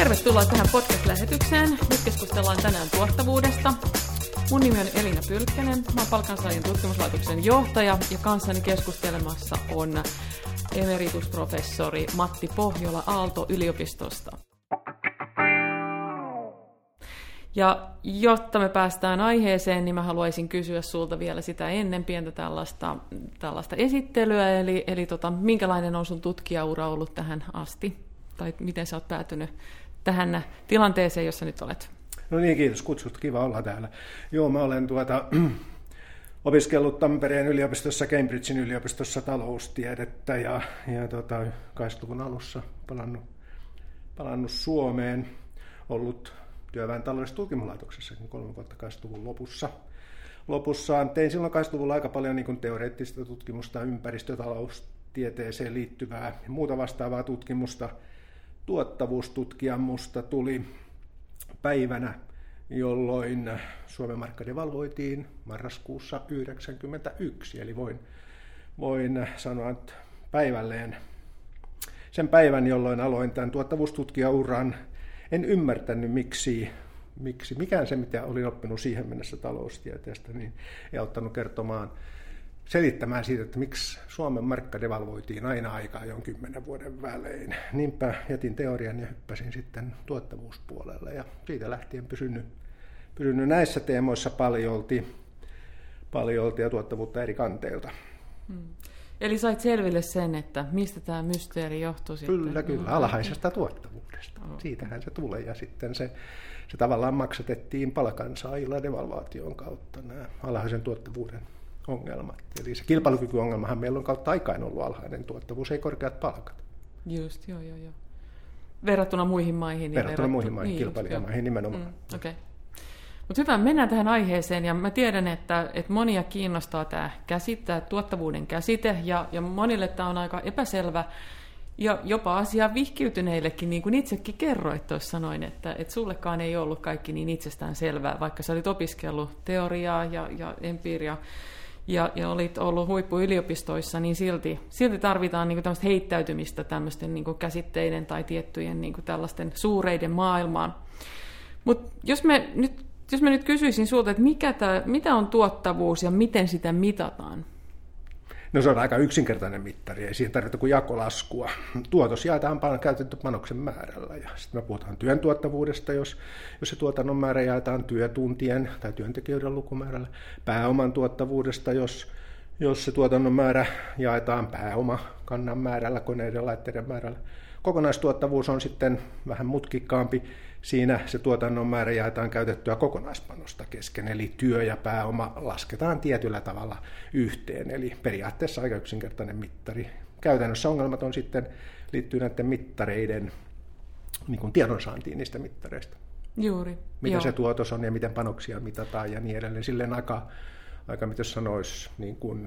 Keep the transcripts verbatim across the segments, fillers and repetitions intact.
Tervetuloa tähän podcast-lähetykseen. Nyt keskustellaan tänään tuottavuudesta. Mun nimi on Elina Pylkkänen. Mä oon Palkansaajien tutkimuslaitoksen johtaja ja kanssani keskustelemassa on emeritusprofessori Matti Pohjola Aalto-yliopistosta. Ja jotta me päästään aiheeseen, niin mä haluaisin kysyä sulta vielä sitä ennen pientä tällaista, tällaista esittelyä. Eli, eli tota, minkälainen on sun tutkijaura ollut tähän asti? Tai miten sä oot päätynyt tähän tilanteeseen, jossa nyt olet? No niin, kiitos kutsusta. Kiva olla täällä. Joo, mä olen tuota, opiskellut Tampereen yliopistossa, Cambridgein yliopistossa taloustiedettä ja, ja tuota, kahdeksankymmentäluvun alussa palannut, palannut Suomeen, ollut työväen taloudellisessa tutkimuslaitoksessakin kolme vuotta kahdeksankymmentäluvun lopussa. Lopussa tein silloin kahdeksankymmentäluvulla aika paljon niin kuin teoreettista tutkimusta, ympäristötaloustieteeseen liittyvää ja muuta vastaavaa tutkimusta. Tuottavuustutkija musta tuli päivänä, jolloin Suomen markka devalvoitiin marraskuussa yhdeksänkymmentäyksi, eli voin, voin sanoa että päivälleen sen päivän, jolloin aloin tämän tuottavuustutkijauran. En ymmärtänyt, miksi, miksi mikään se, mitä olin oppinut siihen mennessä taloustieteestä, niin ei auttanut kertomaan, selittämään siitä, että miksi Suomen markka devalvoitiin aina aikaa jon kymmenen vuoden välein. Niinpä jätin teorian ja hyppäsin sitten tuottavuuspuolelle ja siitä lähtien pysynyt, pysynyt näissä teemoissa paljolti, paljolti ja tuottavuutta eri kanteilta. Hmm. Eli sait selville sen, että mistä tämä mysteeri johtuu sitten? Kyllä, kyllä, alhaisesta tuottavuudesta. Oh. Siitähän se tulee ja sitten se, se tavallaan maksatettiin palkansaajilla devalvaation kautta nämä alhaisen tuottavuuden ongelmat. Eli se kilpailukykyongelmahan meillä on kautta aikaan ollut alhainen tuottavuus, ei korkeat palkat. Just, joo, joo, joo. Verrattuna muihin maihin. Niin verrattuna verrattu... muihin maihin, niin, kilpailijamaihin nimenomaan. Mm, Okei. Okay. Mutta hyvä, mennään tähän aiheeseen, ja mä tiedän, että, että monia kiinnostaa tämä käsite, tuottavuuden käsite, ja, ja monille tämä on aika epäselvä, ja jopa asiaan vihkiytyneillekin, niin kuin itsekin kerroit tuossa noin, että, että sullekaan ei ollut kaikki niin itsestään selvää, vaikka sä olit opiskellut teoriaa ja, ja empiiriaa, ja, ja olit ollut huippuyliopistoissa, niin silti, silti tarvitaan niin kuin tämmöistä heittäytymistä tämmöisten niin kuin käsitteiden tai tiettyjen niin kuin tällaisten suureiden maailmaan. Mutta jos me nyt Jos mä nyt kysyisin sulta, että mikä tää, mitä on tuottavuus ja miten sitä mitataan? No se on aika yksinkertainen mittari, ei siihen tarvita kuin jakolaskua. Tuotos jaetaan käytetty panoksen määrällä ja sitten me puhutaan työn tuottavuudesta, jos, jos se tuotannon määrä jaetaan työtuntien tai työntekijöiden lukumäärällä. Pääoman tuottavuudesta, jos, jos se tuotannon määrä jaetaan pääomakannan määrällä, koneiden laitteiden määrällä. Kokonaistuottavuus on sitten vähän mutkikkaampi. Siinä se tuotannon määrä jaetaan käytettyä kokonaispanosta kesken, eli työ ja pääoma lasketaan tietyllä tavalla yhteen, eli periaatteessa aika yksinkertainen mittari. Käytännössä ongelmat on sitten liittyy näiden mittareiden niin kuin tiedonsaantiin niistä mittareista. Juuri. Mitä Joo. se tuotos on ja miten panoksia mitataan ja niin edelleen. Silleen aika, aika mitä sanoisi, niin kuin,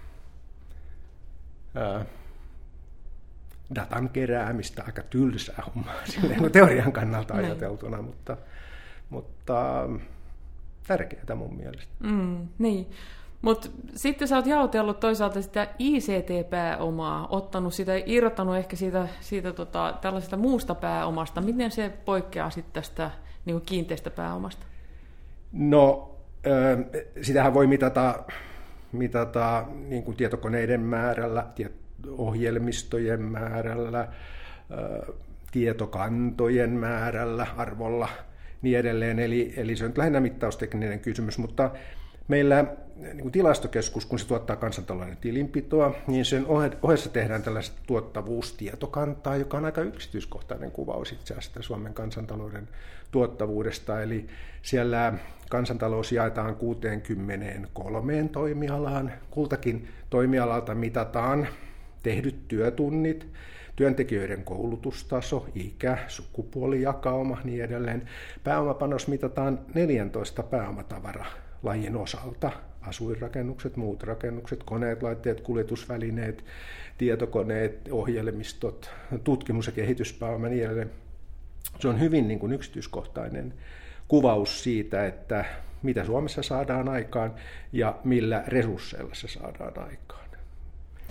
ää, datan keräämistä, aika tylsää hommaa silleen, teorian kannalta ajateltuna, mutta, mutta tärkeää mun mielestä. Mm, niin, mutta sitten sä oot jaotellut toisaalta sitä I C T-pääomaa, ottanut sitä, irrottanut ehkä siitä, siitä tota, tällaisesta muusta pääomasta. Miten se poikkeaa sitten tästä niin kuin kiinteästä pääomasta? No, äh, sitähän voi mitata, mitata niin kuin tietokoneiden määrällä, tiet- ohjelmistojen määrällä, tietokantojen määrällä, arvolla, niin edelleen. Eli, eli se on lähinnä mittaustekninen kysymys, mutta meillä niin kuin tilastokeskus, kun se tuottaa kansantalouden tilinpitoa, niin sen ohessa tehdään tällaista tuottavuustietokantaa, joka on aika yksityiskohtainen kuvaus itse asiassa Suomen kansantalouden tuottavuudesta. Eli siellä kansantalous jaetaan kuusikymmentäkolme toimialaan. Kultakin toimialalta mitataan tehdyt työtunnit, työntekijöiden koulutustaso, ikä, sukupuolijakauma, niin edelleen. Pääomapanos mitataan neljäntoista pääomatavaralajin osalta. Asuinrakennukset, muut rakennukset, koneet, laitteet, kuljetusvälineet, tietokoneet, ohjelmistot, tutkimus- ja kehityspääoma, niin edelleen. Se on hyvin niin kuin yksityiskohtainen kuvaus siitä, että mitä Suomessa saadaan aikaan ja millä resursseilla se saadaan aikaan.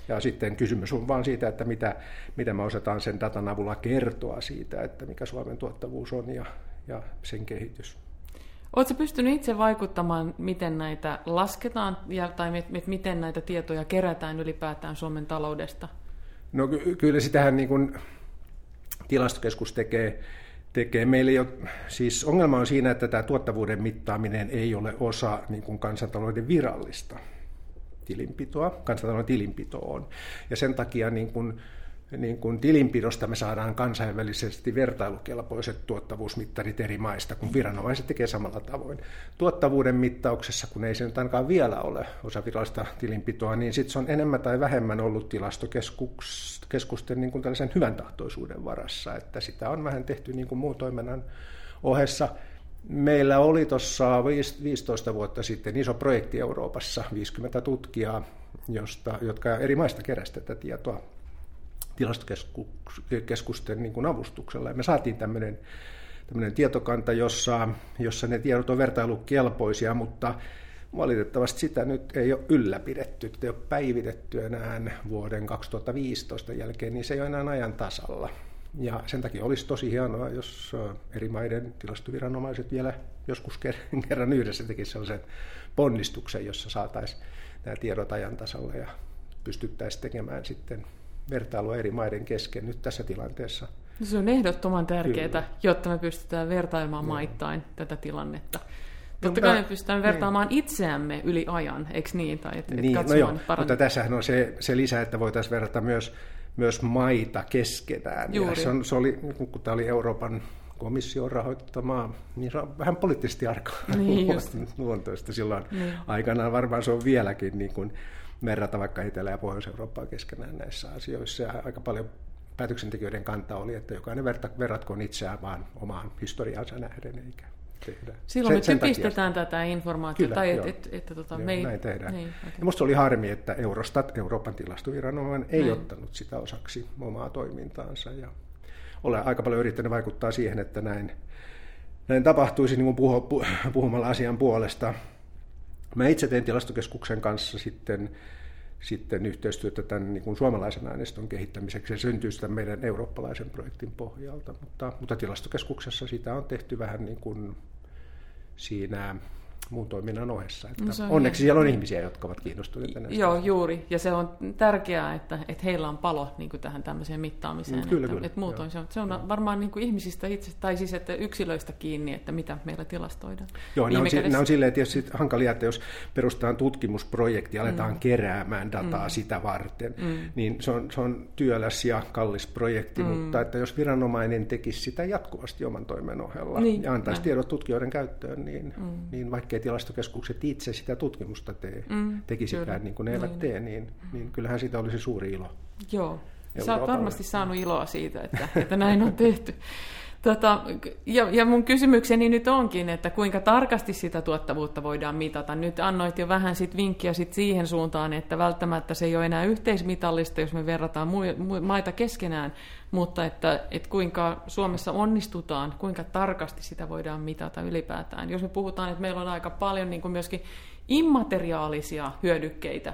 Ja sitten kysymys on vaan siitä, että mitä, mitä me osataan sen datan avulla kertoa siitä, että mikä Suomen tuottavuus on ja, ja sen kehitys. Oletko pystynyt itse vaikuttamaan, miten näitä lasketaan ja, tai mit, miten näitä tietoja kerätään ylipäätään Suomen taloudesta? No ky- kyllä sitähän niin kuin Tilastokeskus tekee. tekee. Meillä ei ole, siis ongelma on siinä, että tämä tuottavuuden mittaaminen ei ole osa niin kuin kansantalouden virallista tilinpitoa. Kansantalouden tilinpito on. Ja sen takia niin kuin, niin kuin tilinpidosta me saadaan kansainvälisesti vertailukelpoiset tuottavuusmittarit eri maista, kun viranomaiset tekee samalla tavoin. Tuottavuuden mittauksessa, kun ei se nyt ainakaan vielä ole osa virallista tilinpitoa, niin sitten se on enemmän tai vähemmän ollut tilastokeskusten niin kuin tällaisen hyvän tahtoisuuden varassa, että sitä on vähän tehty niin kuin muun toiminnan ohessa. Meillä oli tuossa viisitoista vuotta sitten iso projekti Euroopassa, viisikymmentä tutkijaa, josta, jotka eri maista keräsivät tätä tietoa tilastokeskusten niin kuin avustuksella. Ja me saatiin tämmöinen, tämmöinen tietokanta, jossa, jossa ne tiedot on vertailukelpoisia, mutta valitettavasti sitä nyt ei ole ylläpidetty, ei ole päivitetty enää vuoden kaksituhattaviisitoista jälkeen, niin se ei ole enää ajan tasalla. Ja sen takia olisi tosi hienoa, jos eri maiden tilastoviranomaiset vielä joskus kerran yhdessä tekisivät sellaisen ponnistuksen, jossa saataisiin nämä tiedot ajan tasalla ja pystyttäisiin tekemään sitten vertailua eri maiden kesken nyt tässä tilanteessa. Se on ehdottoman tärkeää, Kyllä. jotta me pystytään vertailemaan Joo. maittain tätä tilannetta. Totta kai me pystytään vertaamaan niin. itseämme yli ajan, eikö niin? Tai et, niin et no joo, mutta tässähän on se, se lisä, että voitaisiin verrata myös, myös maita keskenään. Ja se, on, se oli, kun tämä oli Euroopan komission rahoittamaa, niin se on vähän poliittisesti arkaa niin luontoista silloin niin. aikanaan. Varmaan se on vieläkin niin kuin verrata vaikka Etelä- ja Pohjois-Eurooppaa keskenään näissä asioissa. Ja aika paljon päätöksentekijöiden kanta oli, että jokainen verratkoon itseään vaan omaan historiaansa nähden, eikä tehdä. Silloin sen, me typistetään tätä informaatiota. Tai et, et, et, tota, joo, me ei, näin tehdään. Niin, okay. Ja musta oli harmi, että Eurostat, Euroopan tilastoviranomainen, ei näin. ottanut sitä osaksi omaa toimintaansa. Ja olen aika paljon yrittänyt vaikuttaa siihen, että näin, näin tapahtuisi niin kuin puhu, puhumalla asian puolesta. Mä itse tein Tilastokeskuksen kanssa sitten, sitten yhteistyötä tämän niin kuin suomalaisen aineiston kehittämiseksi. Se syntyy sitä meidän eurooppalaisen projektin pohjalta, mutta, mutta Tilastokeskuksessa sitä on tehty vähän niin kuin siinä muun toiminnan ohessa. Että no onneksi hieno. Siellä on ihmisiä, jotka ovat kiinnostuneita näistä. Joo, juuri. Ja se on tärkeää, että, että heillä on palo niin kuin tähän tämmöiseen mittaamiseen. Kyllä, että, kyllä. Että muutoin se on, se on varmaan niin kuin ihmisistä itse, tai siis että yksilöistä kiinni, että mitä meillä tilastoidaan. Joo, ne on, kädessä... on silleen tietysti hankalia, että jos perustetaan tutkimusprojekti ja aletaan mm. keräämään dataa mm. sitä varten, mm. niin se on, se on työläs ja kallis projekti, mm. mutta että jos viranomainen tekisi sitä jatkuvasti oman toimen ohella niin, ja antaisi näin. tiedot tutkijoiden käyttöön, niin, mm. niin vaikkei tilastokeskukset itse sitä tutkimusta tee, mm, tekisikään niin kuin ne eivät niin. tee, niin, niin kyllähän siitä olisi suuri ilo. Joo, sä oot varmasti saanut iloa siitä, että, että näin on tehty. Tota, ja, ja mun kysymykseni nyt onkin, että kuinka tarkasti sitä tuottavuutta voidaan mitata. Nyt annoit jo vähän sit vinkkiä sit siihen suuntaan, että välttämättä se ei ole enää yhteismitallista, jos me verrataan mu- mu- maita keskenään, mutta että, että kuinka Suomessa onnistutaan, kuinka tarkasti sitä voidaan mitata ylipäätään. Jos me puhutaan, että meillä on aika paljon niin kuin myöskin immateriaalisia hyödykkeitä.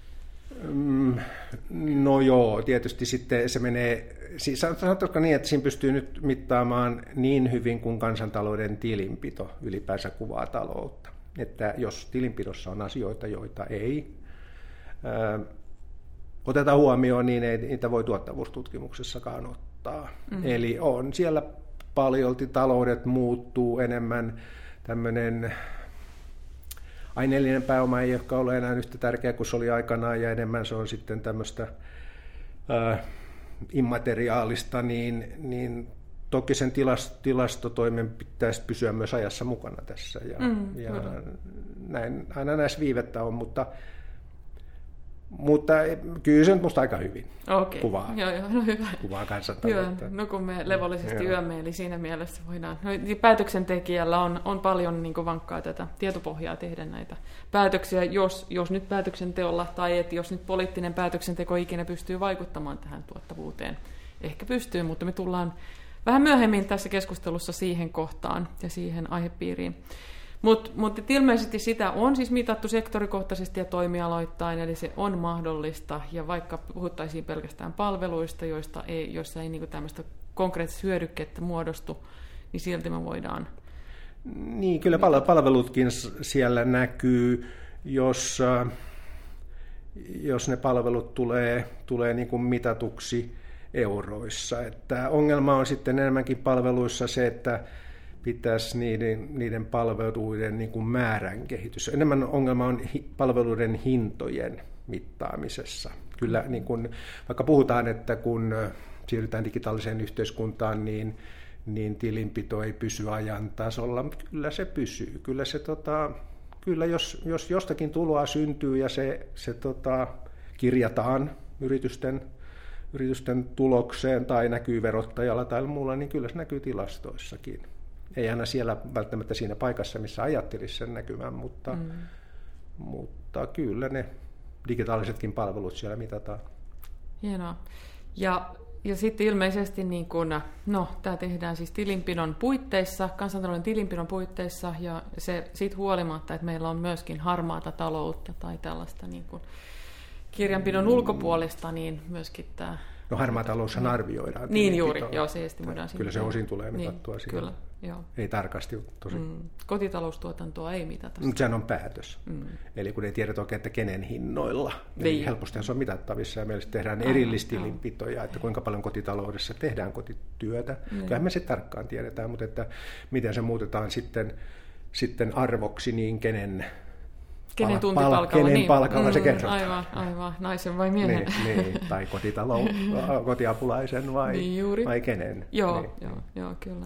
No joo, tietysti sitten se menee, siis sanotaanko niin, että siinä pystyy nyt mittaamaan niin hyvin kuin kansantalouden tilinpito ylipäänsä kuvaa taloutta. Että jos tilinpidossa on asioita, joita ei ää, oteta huomioon, niin ei niitä voi tuottavuustutkimuksessakaan ottaa. Mm-hmm. Eli on siellä paljolti taloudet muuttuu enemmän tämmöinen aineellinen pääoma ei ehkä ole enää yhtä tärkeä kuin se oli aikanaan, ja enemmän se on sitten tämmöistä äh, immateriaalista, niin, niin toki sen tilast, tilastotoimen pitäisi pysyä myös ajassa mukana tässä. Ja, mm, ja näin, aina näissä viivettä on, mutta, mutta kyllä se on musta aika hyvin okay. kuvaa, joo, joo, no hyvä. kuvaa kansantaloutta. No kun me levollisesti joo. yömme, eli siinä mielessä voidaan. No, päätöksentekijällä on, on paljon niin kuin vankkaa tätä tietopohjaa tehdä näitä päätöksiä, jos, jos nyt päätöksenteolla tai että jos nyt poliittinen päätöksenteko ikinä pystyy vaikuttamaan tähän tuottavuuteen. Ehkä pystyy, mutta me tullaan vähän myöhemmin tässä keskustelussa siihen kohtaan ja siihen aihepiiriin. Mutta mut ilmeisesti sitä on siis mitattu sektorikohtaisesti ja toimialoittain, eli se on mahdollista, ja vaikka puhuttaisiin pelkästään palveluista, joista ei, joissa ei niinku tämmöistä konkreettista hyödykkeettä muodostu, niin silti me voidaan... Niin, kyllä mitata. Palvelutkin siellä näkyy, jos, jos ne palvelut tulee, tulee niin kuin mitatuksi euroissa. Että ongelma on sitten enemmänkin palveluissa se, että pitäisi niiden, niiden palveluiden niin kuin määrän kehitys. Enemmän ongelma on hi, palveluiden hintojen mittaamisessa. Kyllä, niin kuin, vaikka puhutaan, että kun siirrytään digitaaliseen yhteiskuntaan, niin, niin tilinpito ei pysy ajan tasolla, mutta kyllä se pysyy. Kyllä, se, tota, kyllä jos, jos jostakin tuloa syntyy ja se, se tota, kirjataan yritysten, yritysten tulokseen tai näkyy verottajalla tai muulla, niin kyllä se näkyy tilastoissakin. Ei aina siellä välttämättä siinä paikassa, missä ajattelisi sen näkymään, mutta, mm. mutta kyllä ne digitaalisetkin palvelut siellä mitataan. Hienoa. Ja, ja sitten ilmeisesti, niin kun, no, tämä tehdään siis tilinpidon puitteissa, kansantalouden tilinpidon puitteissa, ja se siitä huolimatta, että meillä on myöskin harmaata taloutta tai tällaista niin kun kirjanpidon ulkopuolista, niin myöskin tämä... No harmaa taloushan arvioidaan. Niin juuri, joo, se estimoidaan. Kyllä se osin tulee mitattua niin, siihen. Kyllä, joo. Ei tarkasti tosi. Mm. Kotitaloustuotantoa ei mitata. Mutta sehän on päätös. Mm. Eli kun ei tiedetä oikein, että kenen hinnoilla, niin helposti se on mitattavissa ja meillä tehdään erillistilinpitoja, että kuinka paljon kotitaloudessa tehdään kotityötä. Mm. Kyllähän me se tarkkaan tiedetään, mutta että miten se muutetaan sitten, sitten arvoksi, niin kenen... Kenen tuntipalkalla, kenen niin. palkalla mm, se kerrotaan. Aivan, aivan, naisen vai miehen. Niin, niin, tai kotitalou, kotiapulaisen vai, niin vai kenen. Joo, niin. joo, joo, kyllä.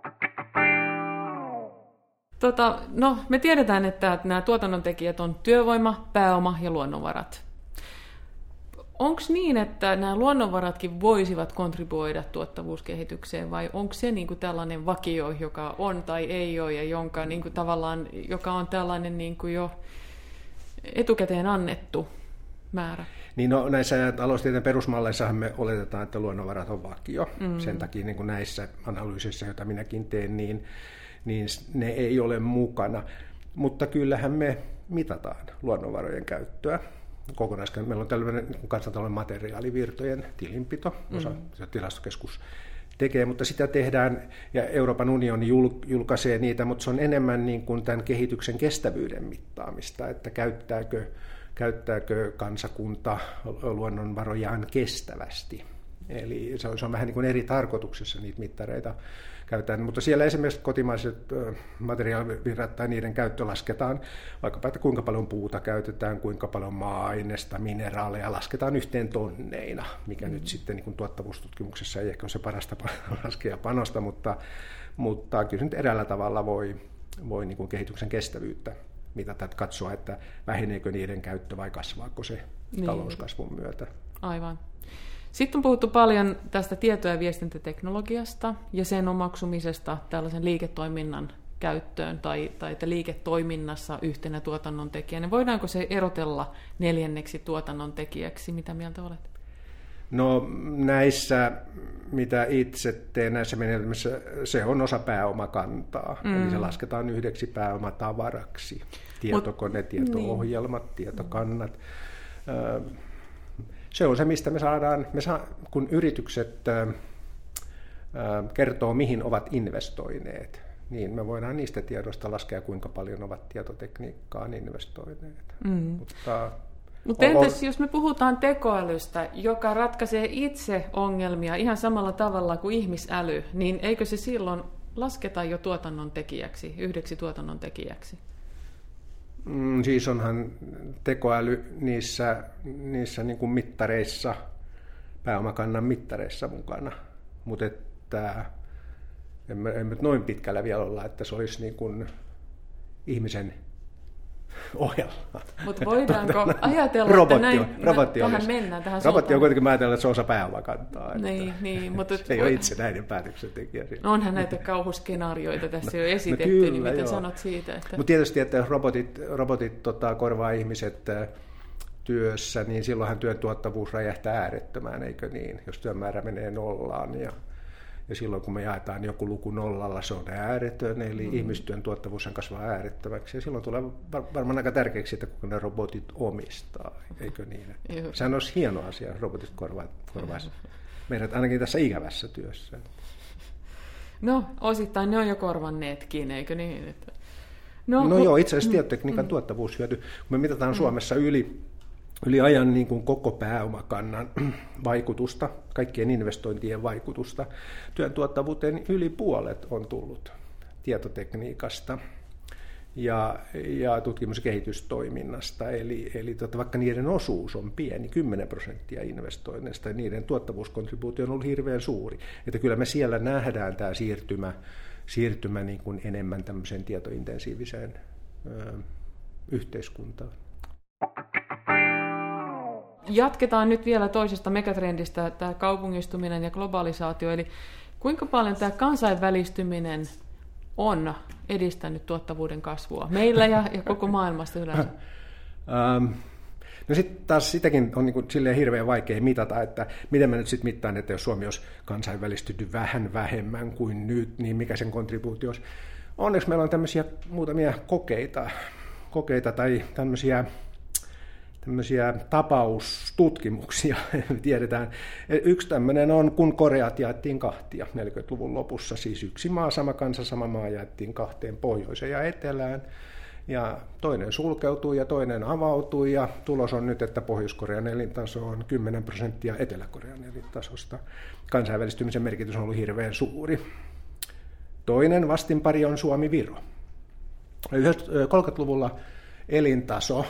Tota, no, me tiedetään, että nämä tuotannontekijät on työvoima, pääoma ja luonnonvarat. Onko niin, että nämä luonnonvaratkin voisivat kontribuoida tuottavuuskehitykseen, vai onko se niin kuin tällainen vakio, joka on tai ei ole, ja jonka, niin kuin tavallaan, joka on tällainen niin kuin jo etukäteen annettu määrä? Niin no, näissä taloustieteen perusmalleissahan me oletetaan, että luonnonvarat on vakio. Mm. Sen takia niin kuin näissä analyysissä, joita minäkin teen, niin, niin ne ei ole mukana. Mutta kyllähän me mitataan luonnonvarojen käyttöä. Kokonaiskaan. Meillä on tällainen kansantalouden materiaalivirtojen tilinpito, osa mm. tilastokeskus tekee, mutta sitä tehdään, ja Euroopan unioni julkaisee niitä, mutta se on enemmän niin kuin tämän kehityksen kestävyyden mittaamista, että käyttääkö, käyttääkö kansakunta luonnonvarojaan kestävästi. Eli se on, se on vähän niin kuin eri tarkoituksessa niitä mittareita käytetään, mutta siellä esimerkiksi kotimaiset materiaalivirrat tai niiden käyttö lasketaan, vaikkapa, että kuinka paljon puuta käytetään, kuinka paljon maa-aineesta, mineraaleja lasketaan yhteen tonneina, mikä mm. nyt sitten niin kuin tuottavuustutkimuksessa ei ehkä ole se parasta laskea panosta, mutta, mutta kyllä nyt eräällä tavalla voi, voi niin kuin kehityksen kestävyyttä mitata, että katsoa, että väheneekö niiden käyttö vai kasvaako se niin. talouskasvun myötä. Aivan. Sitten on puhuttu paljon tästä tieto- ja viestintäteknologiasta ja sen omaksumisesta tällaisen liiketoiminnan käyttöön tai, tai että liiketoiminnassa yhtenä tuotannon tekijänä. Voidaanko se erotella neljänneksi tuotannon tekijäksi? Mitä mieltä olet? No näissä, mitä itse teen näissä menetelmissä, se on osa pääomakantaa. Mm. Eli se lasketaan yhdeksi pääomatavaraksi. Tietokone, tieto-ohjelmat, niin. tietokannat. Se on se, mistä me saadaan, me saa, kun yritykset ää, kertoo, mihin ovat investoineet, niin me voidaan niistä tiedoista laskea, kuinka paljon ovat tietotekniikkaan investoineet. Mm. Mutta Mutta entäs jos me puhutaan tekoälystä, joka ratkaisee itse ongelmia ihan samalla tavalla kuin ihmisäly, niin eikö se silloin lasketa jo tuotannon tekijäksi, yhdeksi tuotannon tekijäksi? Mm, siis onhan tekoäly niissä, niissä niin kuin mittareissa, pääomakannan mittareissa mukana, mutta että emme, emme noin pitkällä vielä olla, että se olisi niin kuin ihmisen ohella. Mutta voidaanko ajatella, robotti, että näin, robotti tähän olisi. mennään, tähän robotti on kuitenkin ajatella, että se on osa pääomakantaa. Niin, niin, mutta se ei ole itsenäinen päätöksentekijä. No onhan näitä kauhuskenaarioita tässä no, jo esitetty, no kyllä, niin mitä joo. sanot siitä? Että... Mutta tietysti, että jos robotit, robotit tota, korvaa ihmiset työssä, niin silloinhan työn tuottavuus räjähtää äärettömään, eikö niin? Jos työn määrä menee nollaan ja, Ja silloin kun me jaetaan joku luku nollalla, se on ääretön, eli mm. ihmistyön tuottavuus kasvaa äärettömäksi. Ja silloin tulee varmaan aika tärkeäksi, että kuka ne robotit omistaa, eikö niin? Juh. Sehän olisi hieno asia, robotit korvaisivat meidät ainakin tässä ikävässä työssä. No, osittain ne on jo korvanneetkin, eikö niin? Että... No, no joo, itse asiassa tietotekniikan mm. tuottavuushyöty, kun me mitataan mm. Suomessa yli, yli ajan niin kuin koko pääomakannan vaikutusta, kaikkien investointien vaikutusta, työn tuottavuuteen yli puolet on tullut tietotekniikasta ja, ja tutkimus- ja kehitystoiminnasta. Eli, eli tota, vaikka niiden osuus on pieni, kymmenen prosenttia investoinneista, ja niiden tuottavuuskontribuutio on ollut hirveän suuri. Että kyllä me siellä nähdään tämä siirtymä, siirtymä niin kuin enemmän tämmöiseen tietointensiiviseen ö, yhteiskuntaan. Jatketaan nyt vielä toisesta megatrendistä, tämä kaupungistuminen ja globalisaatio. Eli kuinka paljon tämä kansainvälistyminen on edistänyt tuottavuuden kasvua meillä ja, ja koko maailmasta yleensä? um, no sitten taas sitäkin on niin kuin silleen hirveän vaikea mitata, että miten mä nyt sitten mittaan, että jos Suomi olisi kansainvälistynyt vähän vähemmän kuin nyt, niin mikä sen kontribuutio olisi. Onneksi meillä on tämmöisiä muutamia kokeita, kokeita tai tämmöisiä tämmöisiä tapaustutkimuksia, tiedetään. Yksi tämmöinen on, kun Koreat jaettiin kahtia neljäkymmentäluvun lopussa, siis yksi maa, sama kansa, sama maa jaettiin kahteen, pohjoiseen ja etelään, ja toinen sulkeutui ja toinen avautui, ja tulos on nyt, että Pohjois-Korean elintaso on kymmenen prosenttia Etelä-Korean elintasosta. Kansainvälistymisen merkitys on ollut hirveän suuri. Toinen vastinpari on Suomi-Viro. kolmekymmentäluvulla elintaso,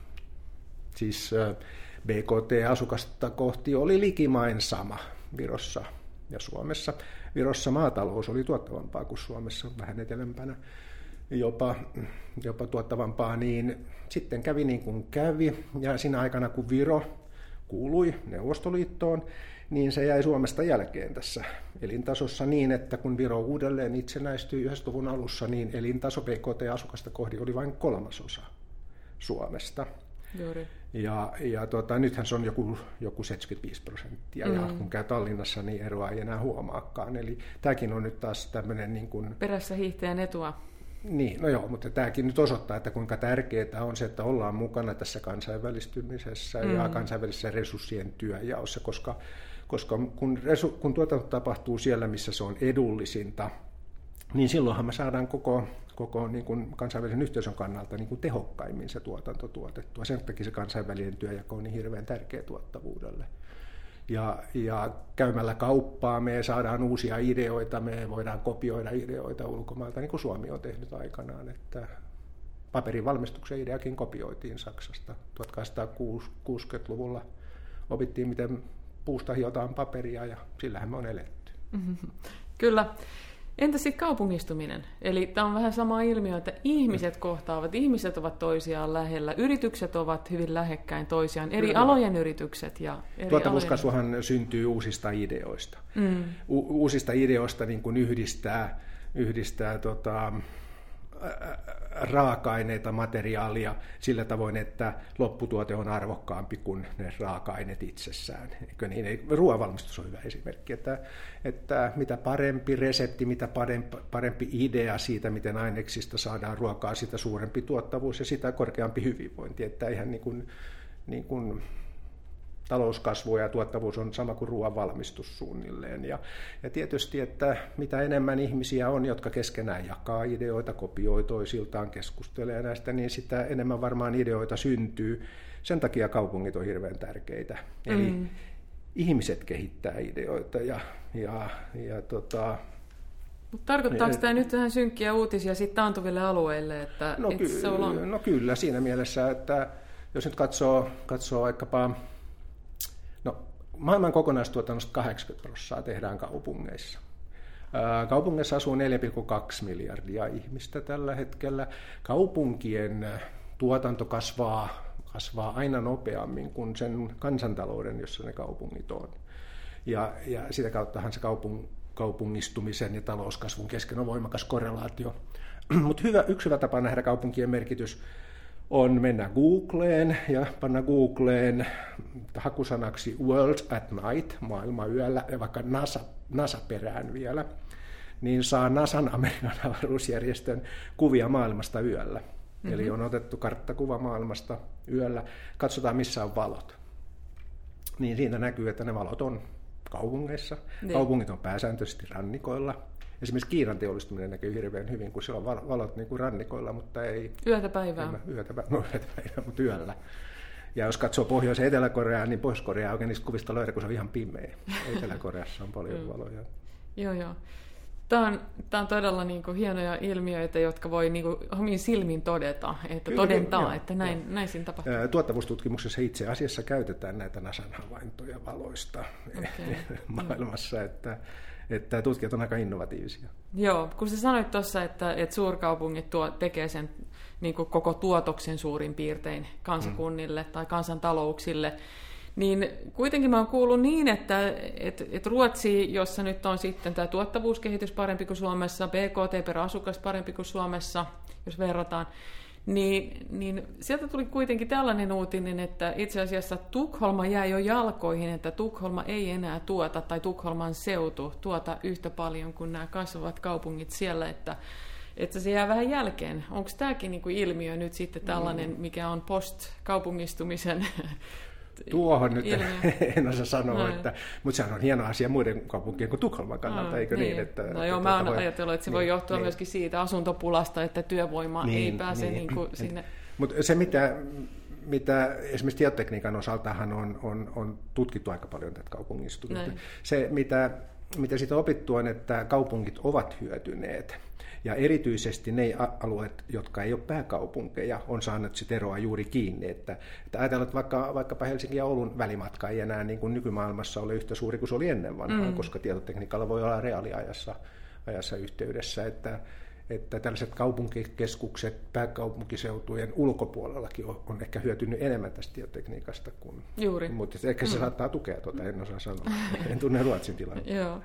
siis B K T-asukasta kohti oli likimain sama Virossa ja Suomessa. Virossa maatalous oli tuottavampaa kuin Suomessa, vähän etelämpänä, jopa, jopa tuottavampaa, niin sitten kävi niin kuin kävi. Ja siinä aikana, kun Viro kuului Neuvostoliittoon, niin se jäi Suomesta jälkeen tässä elintasossa niin, että kun Viro uudelleen itsenäistyi yhdeksänkymmentäluvun alussa, niin elintaso B K T-asukasta kohti oli vain kolmasosa Suomesta. Juuri. Ja, ja tota, nythän se on joku, joku seitsemänkymmentäviisi prosenttia, mm. ja kun käy Tallinnassa, niin eroa ei enää huomaakaan. Eli tämäkin on nyt taas tämmöinen... Niin kuin... Perässä hiihtäjän etua. Niin, no joo, mutta tämäkin nyt osoittaa, että kuinka tärkeää on se, että ollaan mukana tässä kansainvälistymisessä mm. ja kansainvälisessä resurssien työjaossa, koska, koska kun, resu, kun tuotanto tapahtuu siellä, missä se on edullisinta, niin silloinhan me saadaan koko... koko niin kuin kansainvälisen yhteisön kannalta niin kuin tehokkaimmin se tuotanto tuotettua. Sen takia se kansainvälinen työjako on niin hirveän tärkeä tuottavuudelle. Ja, ja käymällä kauppaa me saadaan uusia ideoita, me voidaan kopioida ideoita ulkomailta, niin kuin Suomi on tehnyt aikanaan. Että paperin valmistuksen ideakin kopioitiin Saksasta. tuhatkahdeksansataakuusikymmentäluvulla opittiin, miten puusta hiotaan paperia, ja sillähän me on eletty. Mm-hmm. Kyllä. Entä sitten kaupungistuminen? Eli tämä on vähän sama ilmiö, että ihmiset kohtaavat, ihmiset ovat toisiaan lähellä, yritykset ovat hyvin lähekkäin toisiaan, eri Kyllä. alojen yritykset. Ja eri Tuottavuuskasvuhan alojen... syntyy uusista ideoista. Mm. U- uusista ideoista niin kuin yhdistää, yhdistää tota, raaka-aineita, materiaalia sillä tavoin, että lopputuote on arvokkaampi kuin ne raaka-aineet itsessään. Eikö niin? Ruoanvalmistus on hyvä esimerkki, että, että mitä parempi resepti, mitä parempi, parempi idea siitä, miten aineksista saadaan ruokaa, sitä suurempi tuottavuus ja sitä korkeampi hyvinvointi. Että ihan niin kuin, niin kuin talouskasvu ja tuottavuus on sama kuin ruoan valmistus suunnilleen. Ja, ja tietysti, että mitä enemmän ihmisiä on, jotka keskenään jakaa ideoita, kopioi toisiltaan, keskustelee näistä, niin sitä enemmän varmaan ideoita syntyy. Sen takia kaupungit on hirveän tärkeitä. Eli mm. ihmiset kehittää ideoita. Ja, ja, ja, tota, Mutta tarkoittaako tämä nyt vähän synkkiä uutisia sitten taantuville alueille? Että no, ky- se on... no kyllä, siinä mielessä, että jos nyt katsoo, katsoo vaikkapa... No, maailman kokonaistuotannosta kahdeksankymmentä prosenttia tehdään kaupungeissa. Kaupungeissa asuu neljä pilkku kaksi miljardia ihmistä tällä hetkellä. Kaupunkien tuotanto kasvaa, kasvaa aina nopeammin kuin sen kansantalouden, jossa ne kaupungit on. Ja, ja sitä kauttahan se kaupung, kaupungistumisen ja talouskasvun kesken on voimakas korrelaatio. Mutta hyvä, yksi hyvä tapa nähdä kaupunkien merkitys on mennä Googleen ja panna Googleen hakusanaksi World at Night, maailma yöllä, ja vaikka NASA, NASA perään vielä, niin saa NASAn, Amerikan avaruusjärjestön, kuvia maailmasta yöllä. Mm-hmm. Eli on otettu karttakuva maailmasta yöllä, katsotaan missä on valot. Niin siitä näkyy, että ne valot on kaupungeissa. Niin. Kaupungit on pääsääntöisesti rannikoilla. Esimerkiksi Kiinan teollistuminen näkyy hirveän hyvin, kun siellä on valot niin kuin rannikoilla, mutta ei... Yötä päivää. Yötä, no, yötä päivää, mutta yöllä. Ja jos katsoo Pohjois- ja Etelä-Koreaa, niin Pohjois-Korea oikein niistä kuvista löydä, kun se on ihan pimeä. Etelä-Koreassa on paljon valoja. Joo, joo. Tämä on, tämä on todella niin kuin hienoja ilmiöitä, jotka voi niin kuin omiin silmin todeta, että kyllä, todentaa, joo, että näin, joo. näin siinä tapahtuu. Tuottavuustutkimuksessa itse asiassa käytetään näitä NASAn havaintoja valoista okay. maailmassa, että, että tutkijat on aika innovatiivisia. Joo, kun sä sanoit tuossa, että, että suurkaupungit tuo, tekee sen niin kuin koko tuotoksen suurin piirtein kansakunnille mm. tai kansantalouksille, niin kuitenkin mä oon kuullut niin, että et, et Ruotsi, jossa nyt on sitten tämä tuottavuuskehitys parempi kuin Suomessa, B K T per asukas parempi kuin Suomessa, jos verrataan, niin, niin sieltä tuli kuitenkin tällainen uutinen, että itse asiassa Tukholma jäi jo jalkoihin, että Tukholma ei enää tuota, tai Tukholman seutu tuota yhtä paljon kuin nämä kasvavat kaupungit siellä, että että se jää vähän jälkeen. Onko tämäkin niinku ilmiö nyt sitten tällainen, mikä on post-kaupungistumisen tuohon nyt en osaa sanoa, no. että, mutta sehän on hieno asia muiden kaupunkien kuin Tukholman kannalta, no, eikö niin? niin että, no joo, mä oon voi... ajatellut, että se niin, voi johtua niin. myöskin siitä asuntopulasta, että työvoima niin, ei pääse niin. Niin kuin sinne. Mutta se, mitä, mitä esimerkiksi tietotekniikan osaltahan on, on, on tutkittu aika paljon tätä kaupungistumista. Se, mitä, mitä siitä opittu on, että kaupungit ovat hyötyneet. Ja erityisesti ne alueet, jotka ei ole pääkaupunkeja, on saanut sit eroa juuri kiinni. Että, että ajatellaan, että vaikka, vaikkapa Helsingin ja Oulun välimatka ei enää niin kuin nykymaailmassa ole yhtä suuri kuin se oli ennen vanhaan, mm. koska tietotekniikalla voi olla reaaliajassa ajassa yhteydessä. Että, että tällaiset kaupunkikeskukset pääkaupunkiseutujen ulkopuolellakin on, on ehkä hyötynyt enemmän tästä tietotekniikasta kuin... Juuri. Mutta ehkä se mm. saattaa tukea tuota, en osaa sanoa. En tunne Ruotsin tilannetta. Joo.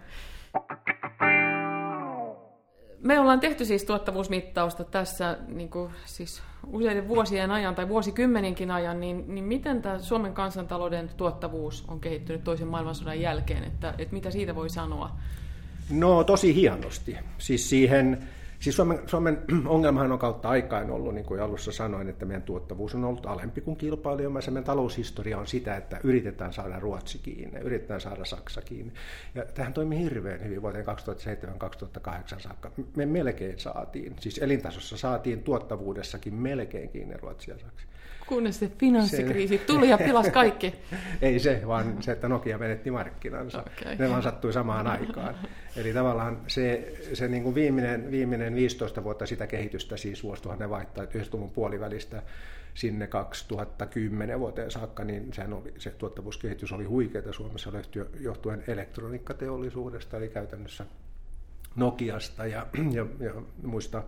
Me ollaan tehty siis tuottavuusmittausta tässä niin kuin, siis useiden vuosien ajan tai vuosikymmeninkin ajan, niin, niin miten tämä Suomen kansantalouden tuottavuus on kehittynyt toisen maailmansodan jälkeen, että, että mitä siitä voi sanoa? No tosi hienosti. Siis siihen, siis Suomen, Suomen ongelmahan on kautta aikaan ollut, niin kuin alussa sanoin, että meidän tuottavuus on ollut alempi kuin kilpailijamme. Meidän taloushistoria on sitä, että yritetään saada Ruotsi kiinni, yritetään saada Saksa kiinni. Ja tähän toimii hirveän hyvin vuoteen kaksituhattaseitsemän kaksituhattakahdeksan saakka. Me melkein saatiin, siis elintasossa saatiin tuottavuudessakin melkein kiinni Ruotsia ja Saksa. Kunnes se finanssikriisi se... tuli ja pilasi kaikki. Ei se, vaan se, että Nokia menetti markkinansa. Okay. Ne vaan sattui samaan aikaan. Eli tavallaan se, se niin kuin viimeinen, viimeinen viisitoista vuotta sitä kehitystä, siis vuosituhannen vaihtaa yhdeksänkymmentäluvun puolivälistä sinne kaksituhattakymmenen vuoteen saakka, niin sehän oli, se tuottavuuskehitys oli huikeaa Suomessa johtuen elektroniikkateollisuudesta, eli käytännössä Nokiasta ja, ja, ja muista,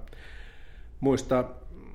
muista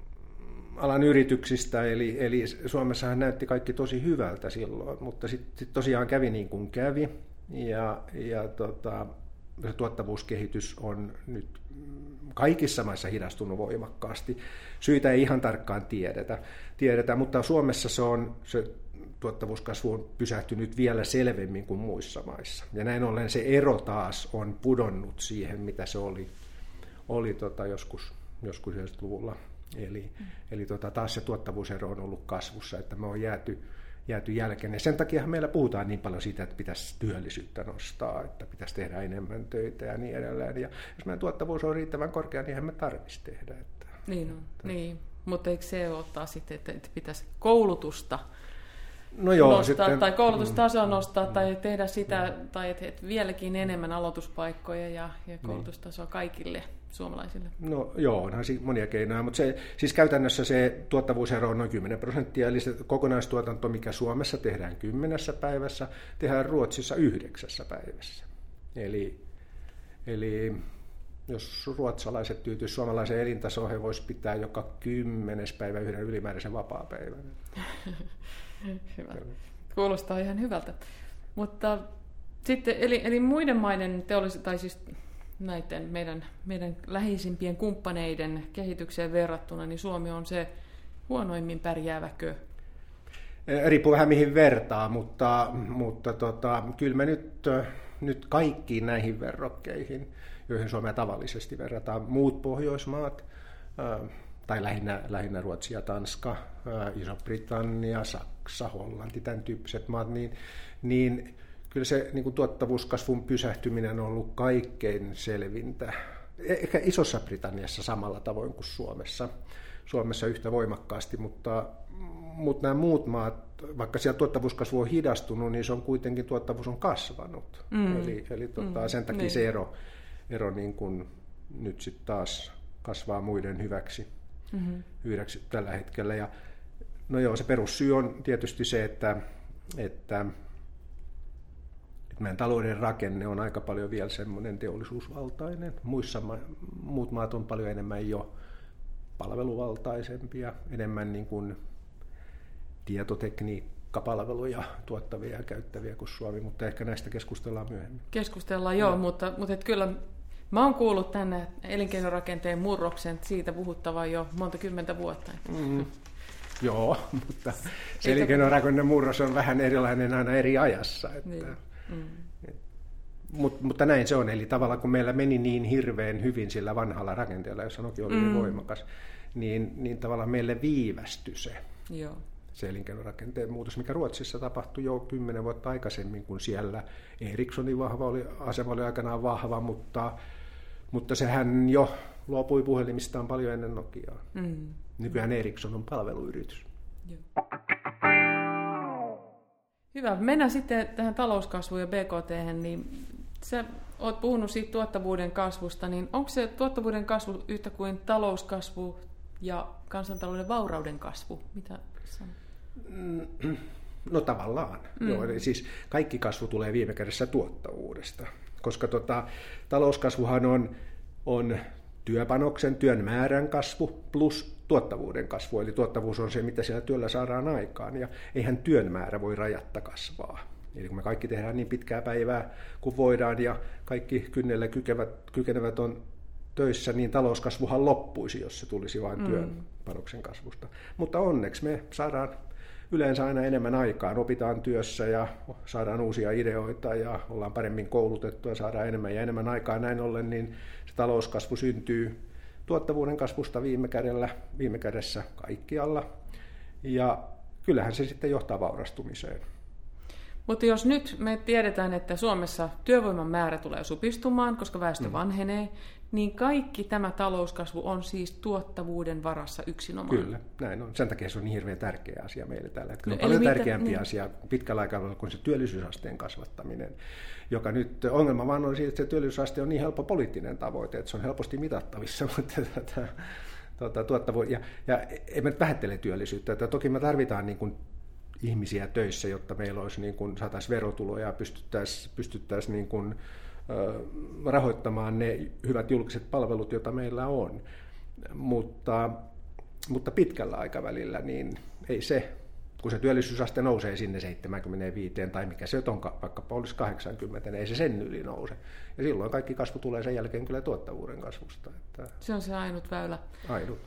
alan yrityksistä, eli, eli Suomessahan näytti kaikki tosi hyvältä silloin, mutta sitten sit tosiaan kävi niin kuin kävi, ja, ja tota, se tuottavuuskehitys on nyt kaikissa maissa hidastunut voimakkaasti. Syitä ei ihan tarkkaan tiedetä, tiedetä mutta Suomessa se, on, se tuottavuuskasvu on pysähtynyt vielä selvemmin kuin muissa maissa, ja näin ollen se ero taas on pudonnut siihen, mitä se oli, oli tota joskus, joskus yhdeksänkymmentäluvulla. Eli, mm. eli tota, taas se tuottavuusero on ollut kasvussa, että me on jääty, jääty jälkeen. Ja sen takia meillä puhutaan niin paljon siitä, että pitäisi työllisyyttä nostaa, että pitäisi tehdä enemmän töitä ja niin edelleen. Ja jos meidän tuottavuus on riittävän korkea, niin eihän me tarvitsisi tehdä. Että, niin on, että, niin. Mutta eikö se ottaa sitten, että, että pitäisi koulutusta no joo, nostaa sitten, tai koulutustasoa mm, nostaa mm, tai tehdä sitä, mm. tai että, että vieläkin enemmän aloituspaikkoja ja, ja koulutustasoa mm. kaikille suomalaisille? No joo, onhan siinä monia keinoja, mutta se, siis käytännössä se tuottavuusero on noin kymmenen prosenttia, eli se kokonaistuotanto, mikä Suomessa tehdään kymmenessä päivässä, tehdään Ruotsissa yhdeksässä päivässä. Eli, eli jos ruotsalaiset tyytyisivät suomalaiseen elintasoon, he voisivat pitää joka kymmenes päivä yhden ylimääräisen vapaapäivän. Hyvä. Kuulostaa ihan hyvältä. Mutta sitten, eli, eli muiden maiden teollis- tai siis näiden meidän, meidän läheisimpien kumppaneiden kehitykseen verrattuna, niin Suomi on se huonoimmin pärjääväkö? Riippuu vähän mihin vertaa, mutta, mutta tota, kyllä me nyt, nyt kaikkiin näihin verrokkeihin, joihin Suomea tavallisesti verrataan, muut Pohjoismaat, tai lähinnä, lähinnä Ruotsi ja Tanska, Iso-Britannia, Saksa, Hollanti, tämän tyyppiset maat, niin, niin kyllä se niin kuin tuottavuuskasvun pysähtyminen on ollut kaikkein selvintä. Ehkä Isossa Britanniassa samalla tavoin kuin Suomessa. Suomessa yhtä voimakkaasti, mutta, mutta nämä muut maat, vaikka siellä tuottavuuskasvu on hidastunut, niin se on kuitenkin tuottavuus on kasvanut. Mm. Eli, eli tota, mm. sen takia niin. se ero, ero niin kuin nyt sitten taas kasvaa muiden hyväksi, mm-hmm. hyväksi tällä hetkellä. Ja, no joo, se perussyy on tietysti se, että, että, että meidän talouden rakenne on aika paljon vielä semmoinen teollisuusvaltainen. Muissa ma- muut maat on paljon enemmän jo palveluvaltaisempia, enemmän niin kuin tietotekniikkapalveluja tuottavia ja käyttäviä kuin Suomi, mutta ehkä näistä keskustellaan myöhemmin. Keskustellaan, joo, no. mutta, mutta et kyllä mä oon kuullut tänne elinkeinorakenteen murroksen siitä puhuttavan jo monta kymmentä vuotta. Mm. Joo, mutta se elinkeinorakenteen murros on vähän erilainen aina eri ajassa. Että, niin. mm. et, Mut, mutta näin se on, eli tavallaan kun meillä meni niin hirveän hyvin sillä vanhalla rakenteella, jossa Nokia oli mm. niin voimakas, niin, niin tavallaan meille viivästyi se, Joo. se elinkeinorakenteen muutos, mikä Ruotsissa tapahtui jo kymmenen vuotta aikaisemmin, kun siellä Ericssonin vahva oli, asema oli aikanaan vahva, mutta, mutta sehän jo luopui puhelimistaan paljon ennen Nokiaa. Mm. Nykyään Ericsson on palveluyritys. Joo. Hyvä. Mennään sitten tähän talouskasvuun ja B K T:hen, niin sä oot puhunut siitä tuottavuuden kasvusta, niin onko se tuottavuuden kasvu yhtä kuin talouskasvu ja kansantalouden vaurauden kasvu? Mitä sanot? No tavallaan. Mm. Joo, eli siis kaikki kasvu tulee viime kädessä tuottavuudesta, koska tota, talouskasvuhan on, on työpanoksen, työn määrän kasvu plus tuottavuuden kasvu, eli tuottavuus on se, mitä siellä työllä saadaan aikaan, ja eihän työn määrä voi rajatta kasvaa. Eli kun me kaikki tehdään niin pitkää päivää kuin voidaan, ja kaikki kynnelle kykevät, kykenevät on töissä, niin talouskasvuhan loppuisi, jos se tulisi vain työn mm. panoksen kasvusta. Mutta onneksi me saadaan yleensä aina enemmän aikaan, opitaan työssä ja saadaan uusia ideoita ja ollaan paremmin koulutettua ja saadaan enemmän ja enemmän aikaa. Näin ollen niin se talouskasvu syntyy tuottavuuden kasvusta viime kädellä, viime kädessä kaikkialla, ja kyllähän se sitten johtaa vaurastumiseen. Mutta jos nyt me tiedetään, että Suomessa työvoiman määrä tulee supistumaan, koska väestö mm. vanhenee, niin kaikki tämä talouskasvu on siis tuottavuuden varassa yksinomaan. Kyllä, näin on. Sen takia se on niin hirveän tärkeä asia meille tällä hetkellä. No, on paljon mitä, tärkeämpi niin. asia pitkällä aikavälillä kuin se työllisyysasteen kasvattaminen, joka nyt ongelma vaan on siitä, että se työllisyysaste on niin helppo poliittinen tavoite, että se on helposti mitattavissa, mutta tätä, tuota, tuottavuuden, ja, ja emme nyt vähättele työllisyyttä, että toki me tarvitaan niin kuin ihmisiä töissä, jotta meillä olisi niin kuin, saataisiin verotuloja ja pystyttäisiin, pystyttäisiin niin kuin, ö, rahoittamaan ne hyvät julkiset palvelut, joita meillä on. Mutta, mutta pitkällä aikavälillä niin ei se, kun se työllisyysaste nousee sinne seitsemänkymmentäviisi tai mikä se on, vaikka olisi kahdeksankymmentä, niin ei se sen yli nouse. Ja silloin kaikki kasvu tulee sen jälkeen kyllä tuottavuuden kasvusta. Että se on se ainut väylä. Ainut.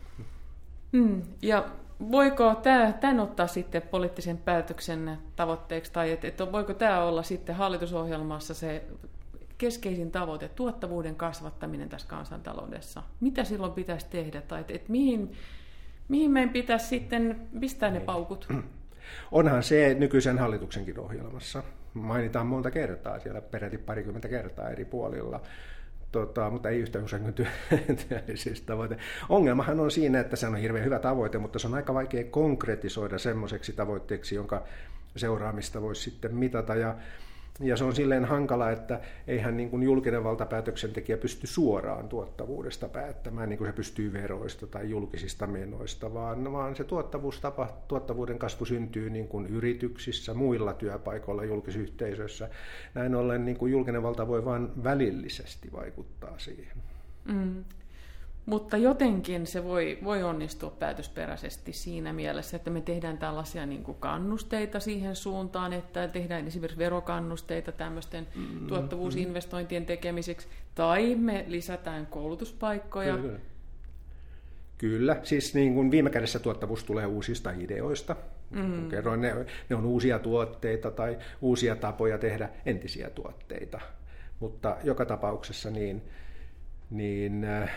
Mm, ja voiko tämän ottaa sitten poliittisen päätöksen tavoitteeksi, tai et, et voiko tämä olla sitten hallitusohjelmassa se keskeisin tavoite, tuottavuuden kasvattaminen tässä kansantaloudessa? Mitä silloin pitäisi tehdä, tai et, et mihin, mihin meidän pitäisi sitten pistää ne paukut? Onhan se nykyisen hallituksenkin ohjelmassa. Mainitaan monta kertaa, siellä peräti parikymmentä kertaa eri puolilla. Tota, mutta ei yhtä usein kuin työllisyystavoite. Ongelmahan on siinä, että se on hirveän hyvä tavoite, mutta se on aika vaikea konkretisoida semmoiseksi tavoitteeksi, jonka seuraamista voisi sitten mitata. Ja, ja se on silleen hankala, että eihän niin kuin julkinen valtapäätöksentekijä pysty suoraan tuottavuudesta päättämään, niin kuin se pystyy veroista tai julkisista menoista, vaan, vaan se tuottavuustapa, tuottavuuden kasvu syntyy niin kuin yrityksissä, muilla työpaikoilla, julkisyhteisöissä. Näin ollen niin kuin julkinen valta voi vain välillisesti vaikuttaa siihen. Mm. Mutta jotenkin se voi, voi onnistua päätösperäisesti siinä mielessä, että me tehdään tällaisia niin kuin kannusteita siihen suuntaan, että tehdään esimerkiksi verokannusteita tämmöisten mm-hmm. tuottavuusinvestointien tekemiseksi, tai me lisätään koulutuspaikkoja. Kyllä, Kyllä, siis niin kuin viime kädessä tuottavuus tulee uusista ideoista. Mm. Kerroin, ne, ne on uusia tuotteita tai uusia tapoja tehdä entisiä tuotteita. Mutta joka tapauksessa niin, niin äh,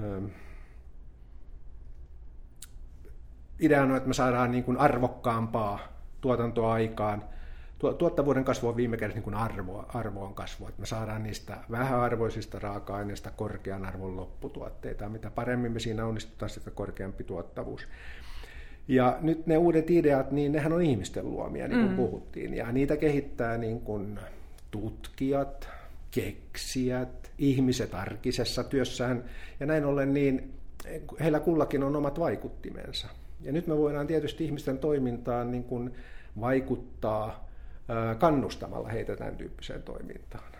idea on, että me saadaan niin kuin arvokkaampaa tuotantoa aikaan. Tuottavuuden kasvu on viime kädessä niin kuin arvo, arvoon kasvua, että me saadaan niistä vähäarvoisista raaka-aineista korkean arvon lopputuotteita. Mitä paremmin me siinä onnistutaan, sitä korkeampi tuottavuus. Ja nyt ne uudet ideat, niin nehän on ihmisten luomia, niin kuin mm. puhuttiin, ja niitä kehittää niin kuin tutkijat, keksijät, ihmiset arkisessa työssään, ja näin ollen niin heillä kullakin on omat vaikuttimensa. Ja nyt me voidaan tietysti ihmisten toimintaan niin kuin vaikuttaa kannustamalla heitä tämän tyyppiseen toimintaan.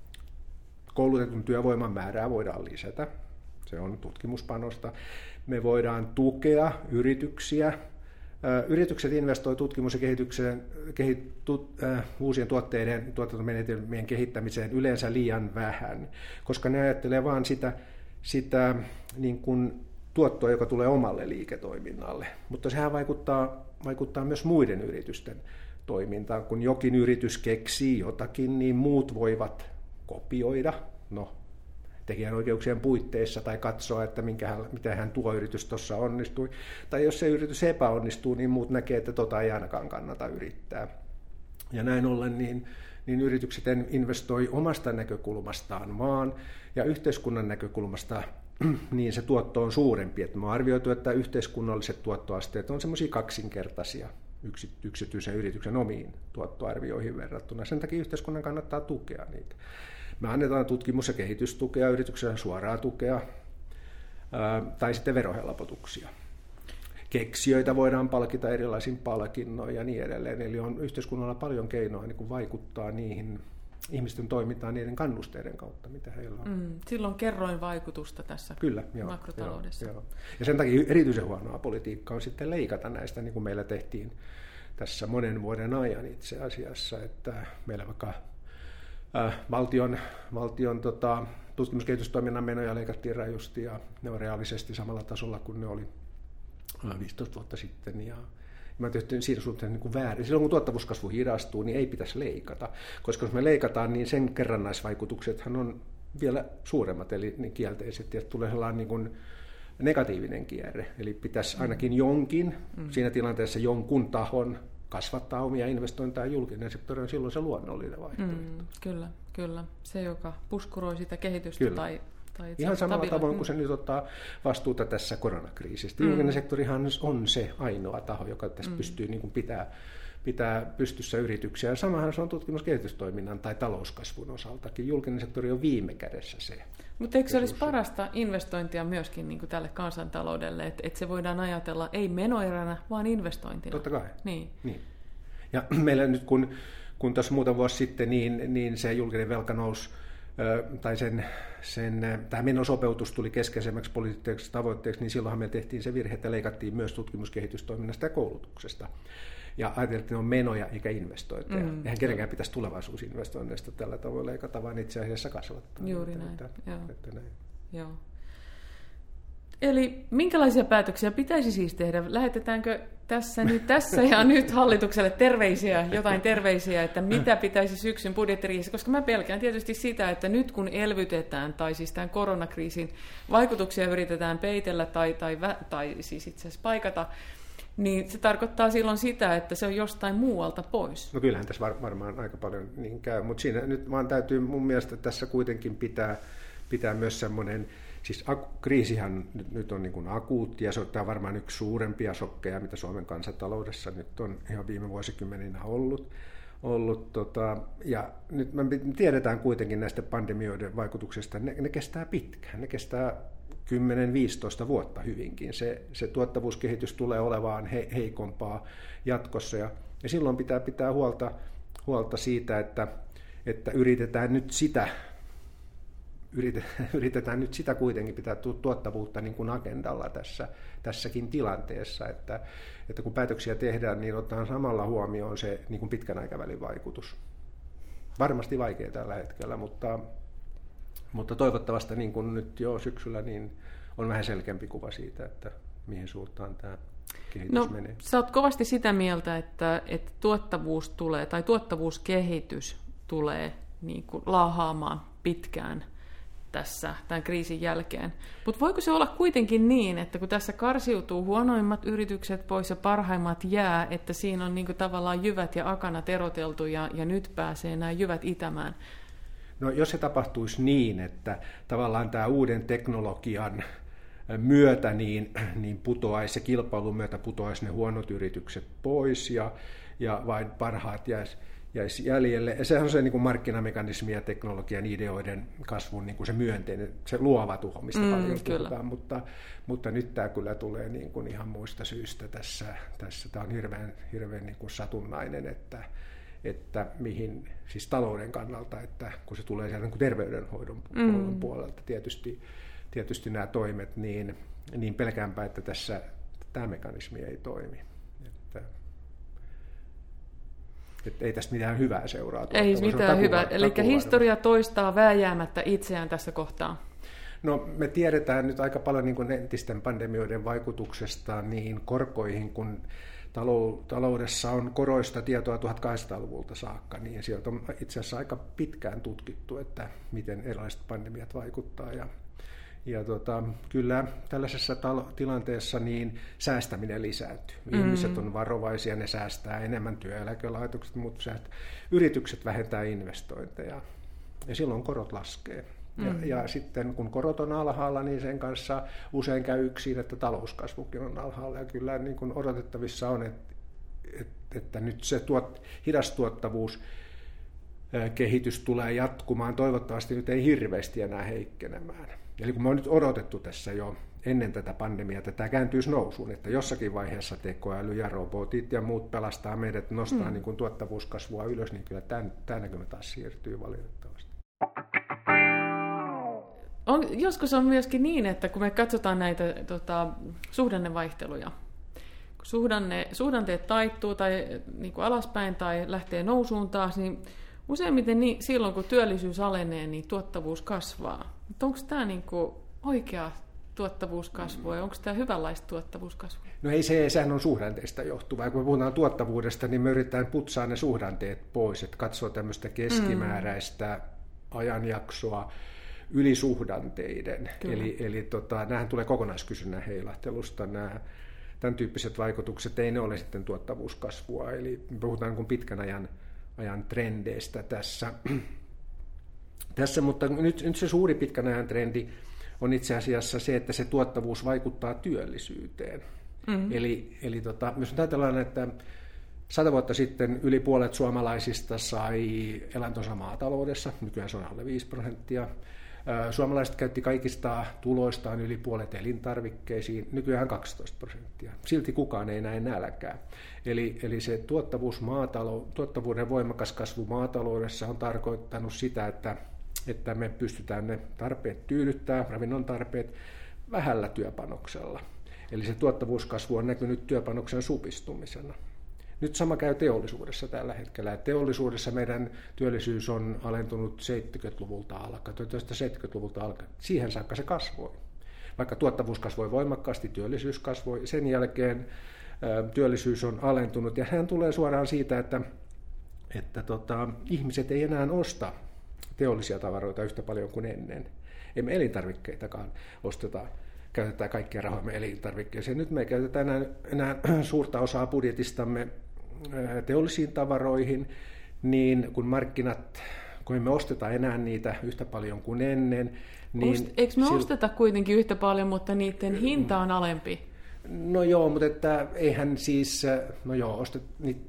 Koulutetun työvoiman määrää voidaan lisätä, se on tutkimuspanosta. Me voidaan tukea yrityksiä. Yritykset investoivat tutkimus- ja kehitykseen, kehittu, äh, uusien tuotteiden tuotantomenetelmien kehittämiseen yleensä liian vähän, koska ne ajattelee vain sitä, sitä niin kuin tuottoa, joka tulee omalle liiketoiminnalle. Mutta sehän vaikuttaa, vaikuttaa myös muiden yritysten toimintaan. Kun jokin yritys keksii jotakin, niin muut voivat kopioida, no, tekijänoikeuksien puitteissa tai katsoa, että minkähän, miten hän tuo yritys tuossa onnistui. Tai jos se yritys epäonnistuu, niin muut näkee, että tota ei ainakaan kannata yrittää. Ja näin ollen niin, niin yritykset investoi omasta näkökulmastaan vaan, ja yhteiskunnan näkökulmasta niin se tuotto on suurempi. Että me on arvioitu, että yhteiskunnalliset tuottoasteet on semmoisia kaksinkertaisia yksityisen yrityksen omiin tuottoarvioihin verrattuna. Sen takia yhteiskunnan kannattaa tukea niitä. Me annetaan tutkimus- ja kehitystukea, yritykselle suoraa tukea ää, tai sitten verohelpotuksia. Keksijöitä voidaan palkita erilaisin palkinnoin ja niin edelleen. Eli on yhteiskunnalla paljon keinoja niin kuin vaikuttaa niihin ihmisten toimintaan niiden kannusteiden kautta, mitä heillä on. Mm, silloin kerroin vaikutusta tässä Kyllä, joo, makrotaloudessa. Joo, joo. Ja sen takia erityisen huonoa politiikkaa on sitten leikata näistä, niin kuin meillä tehtiin tässä monen vuoden ajan itse asiassa, että meillä vaikka äh, valtion, valtion tota, tutkimuskehitystoiminnan menoja leikattiin rajusti ja ne on reaalisesti samalla tasolla kuin ne oli äh, viisitoista vuotta sitten. Ja mä tehtiin siinä suhteen niin kuin väärin. Silloin kun tuottavuuskasvu hidastuu, niin ei pitäisi leikata, koska jos me leikataan, niin sen kerrannaisvaikutuksethan on vielä suuremmat, eli niin kielteiset, ja tulee sellainen niin kuin negatiivinen kierre. Eli pitäisi ainakin jonkin, mm. siinä tilanteessa jonkun tahon kasvattaa omia investointeja julkinen sektori on silloin se luonnollinen vaihtoehto. Mm, kyllä, kyllä. Se, joka puskuroi sitä kehitystä kyllä. tai Tai ihan samalla tavoin kuin se nyt ottaa vastuuta tässä koronakriisistä. Mm. Julkinen sektorihan on se ainoa taho, joka tässä mm. pystyy niin kuin pitää, pitää pystyssä yrityksiä. Ja samahan se on tutkimuskehitystoiminnan tai talouskasvun osaltakin. Julkinen sektori on viime kädessä se. Mutta eikö se olisi parasta investointia myöskin niin kuin tälle kansantaloudelle, että, että se voidaan ajatella ei menoeränä, vaan investointina? Totta kai. Niin. Niin. Ja meillä nyt, kun, kun tuossa muutama vuosi sitten, niin, niin se julkinen velka nousi, tai sen, sen, tämä menosopeutus tuli keskeisemmäksi poliittiseksi tavoitteeksi, niin silloinhan me tehtiin se virhe, että leikattiin myös tutkimuskehitystoiminnasta ja koulutuksesta. Ja ajateltiin, että ne on menoja eikä investointeja. Mm. Eihän kenenkään pitäisi tulevaisuusinvestoinneista tällä tavoin leikata, vaan itse asiassa kasvattaa. Juuri niitä, näin. että, Joo. että näin. Joo. Eli minkälaisia päätöksiä pitäisi siis tehdä? Lähetetäänkö tässä nyt tässä ja nyt hallitukselle terveisiä, jotain terveisiä, että mitä pitäisi syksyn budjettiriihessä? Koska mä pelkään tietysti sitä, että nyt kun elvytetään tai siis tämän koronakriisin vaikutuksia yritetään peitellä tai, tai, tai siis itse asiassa paikata, niin se tarkoittaa silloin sitä, että se on jostain muualta pois. No kyllähän tässä var, varmaan aika paljon niin käy, mutta siinä nyt vaan täytyy mun mielestä tässä kuitenkin pitää, pitää myös semmoinen. Siis kriisihän nyt on niin kuin akuutti ja se on varmaan yksi suurempia shokkeja, mitä Suomen kansantaloudessa nyt on ihan viime vuosikymmeninä ollut. ollut tota, ja nyt me tiedetään kuitenkin näistä pandemioiden vaikutuksista, ne, ne kestää pitkään, ne kestää kymmenen viisitoista vuotta hyvinkin. Se, se tuottavuuskehitys tulee olevaan he, heikompaa jatkossa ja, ja silloin pitää pitää huolta, huolta siitä, että, että yritetään nyt sitä Yritetään nyt sitä kuitenkin pitää tuottavuutta niin kuin agendalla tässä, tässäkin tilanteessa, että, että kun päätöksiä tehdään, niin otetaan samalla huomioon se niin kuin pitkän aikavälin vaikutus. Varmasti vaikea tällä hetkellä, mutta, mutta toivottavasti niin kuin nyt jo syksyllä niin on vähän selkeämpi kuva siitä, että mihin suuntaan tämä kehitys no, menee. Sä oot kovasti sitä mieltä, että, että tuottavuus tulee, tai tuottavuuskehitys tulee niin kuin laahaamaan pitkään tässä tämän kriisin jälkeen. Mutta voiko se olla kuitenkin niin, että kun tässä karsiutuu huonoimmat yritykset pois ja parhaimmat jää, että siinä on niin kuin tavallaan jyvät ja akanat eroteltu ja, ja nyt pääsee nämä jyvät itämään? No jos se tapahtuisi niin, että tavallaan tämä uuden teknologian myötä niin, niin putoaisi, se kilpailun myötä putoaisi ne huonot yritykset pois ja, ja vain parhaat jäisi jäisi jäljelle. Ja sehän on se niin kuin markkinamekanismi ja teknologian ideoiden kasvun niin kuin se myönteinen, se luova tuho, mistä mm, paljon puhutaan, mutta, mutta nyt tämä kyllä tulee niin kuin ihan muista syistä tässä. tässä. Tämä on hirveän, hirveän niin kuin satunnainen, että, että mihin, siis talouden kannalta, että kun se tulee sieltä niin kuin terveydenhoidon mm. puolelta tietysti, tietysti nämä toimet, niin, niin pelkäänpä, että tässä tämä mekanismi ei toimi. Että, Että ei tästä mitään hyvää seuraa. Ei mitään hyvää. Eli historia toistaa vääjäämättä itseään tässä kohtaa. No me tiedetään nyt aika paljon niin kuin entisten pandemioiden vaikutuksesta niin korkoihin, kun taloudessa on koroista tietoa tuhatkahdeksansataaluvulta saakka, niin sieltä on itse asiassa aika pitkään tutkittu, että miten erilaiset pandemiat vaikuttaa. Ja, ja tota, kyllä tällaisessa talo- tilanteessa niin säästäminen lisääntyy. Ihmiset on varovaisia, ne säästää enemmän, työeläkelaitokset, mutta säästää. Yritykset vähentää investointeja ja silloin korot laskee. Mm. Ja, ja sitten kun korot on alhaalla, niin sen kanssa usein käy yksin, että talouskasvukin on alhaalla. Ja kyllä niin kuin odotettavissa on, että, että, että nyt se tuot, hidas tuottavuus kehitys tulee jatkumaan. Toivottavasti nyt ei hirveästi enää heikkenemään. Eli kun me on nyt odotettu tässä jo ennen tätä pandemiaa, että tämä kääntyisi nousuun, että jossakin vaiheessa tekoäly ja robotit ja muut pelastaa meidät, nostaa mm. niin kuin tuottavuuskasvua ylös, niin kyllä tämä, tämä näkymä taas siirtyy valitettavasti. On, joskus on myöskin niin, että kun me katsotaan näitä tota, suhdannevaihteluja, kun suhdanne, suhdanteet taittuu tai niin kuin alaspäin tai lähtee nousuun taas, niin useimmiten niin, silloin kun työllisyys alenee, niin tuottavuus kasvaa. Mutta onko tämä niin kuin oikea tuottavuuskasvua ja onko tämä hyvänlaista tuottavuuskasvua? No ei se, sehän on suhdanteista johtuvaa. Kun me puhutaan tuottavuudesta, niin me yritetään putsaa ne suhdanteet pois, että katsoo tämmöistä keskimääräistä mm. ajanjaksoa ylisuhdanteiden. Kyllä. Eli, eli tota, näähän tulee kokonaiskysynnän heilahtelusta. Nämä, tämän tyyppiset vaikutukset ei ne ole sitten tuottavuuskasvua. Eli me puhutaan kuin pitkän ajan, ajan trendeistä tässä. tässä. Mutta nyt, nyt se suuri pitkän ajan trendi on itse asiassa se, että se tuottavuus vaikuttaa työllisyyteen. Mm-hmm. Eli, eli tota, jos ajatellaan, että sata vuotta sitten yli puolet suomalaisista sai elantonsa maataloudessa, nykyään se on alle viisi prosenttia. Suomalaiset käytti kaikista tuloistaan yli puolet elintarvikkeisiin, nykyään kaksitoista prosenttia. Silti kukaan ei näe nälkää. Eli, eli se tuottavuus maatalou, tuottavuuden voimakas kasvu maataloudessa on tarkoittanut sitä, että, että me pystytään ne tarpeet tyydyttämään, ravinnon tarpeet, vähällä työpanoksella. Eli se tuottavuuskasvu on näkynyt työpanoksen supistumisena. Nyt sama käy teollisuudessa tällä hetkellä. Teollisuudessa meidän työllisyys on alentunut seitsemänkymmentäluvulta alkaen, tuhatyhdeksänsataaseitsemänkymmentäluvulta alkaen. Siihen saakka se kasvoi. Vaikka tuottavuus kasvoi voimakkaasti, työllisyys kasvoi. Sen jälkeen ä, työllisyys on alentunut. Ja hän tulee suoraan siitä, että, että tota, ihmiset ei enää osta teollisia tavaroita yhtä paljon kuin ennen. Emme elintarvikkeitakaan osteta. Käytetään kaikkia rahoja elintarvikkeeseen. Nyt me ei käytetä enää, enää suurta osaa budjetistamme teollisiin tavaroihin, niin kun markkinat, kun emme osteta enää niitä yhtä paljon kuin ennen. Niin Ost, eikö me sil... osteta kuitenkin yhtä paljon, mutta niiden hinta on alempi? No joo, mutta että eihän siis, no joo, ostet, niin,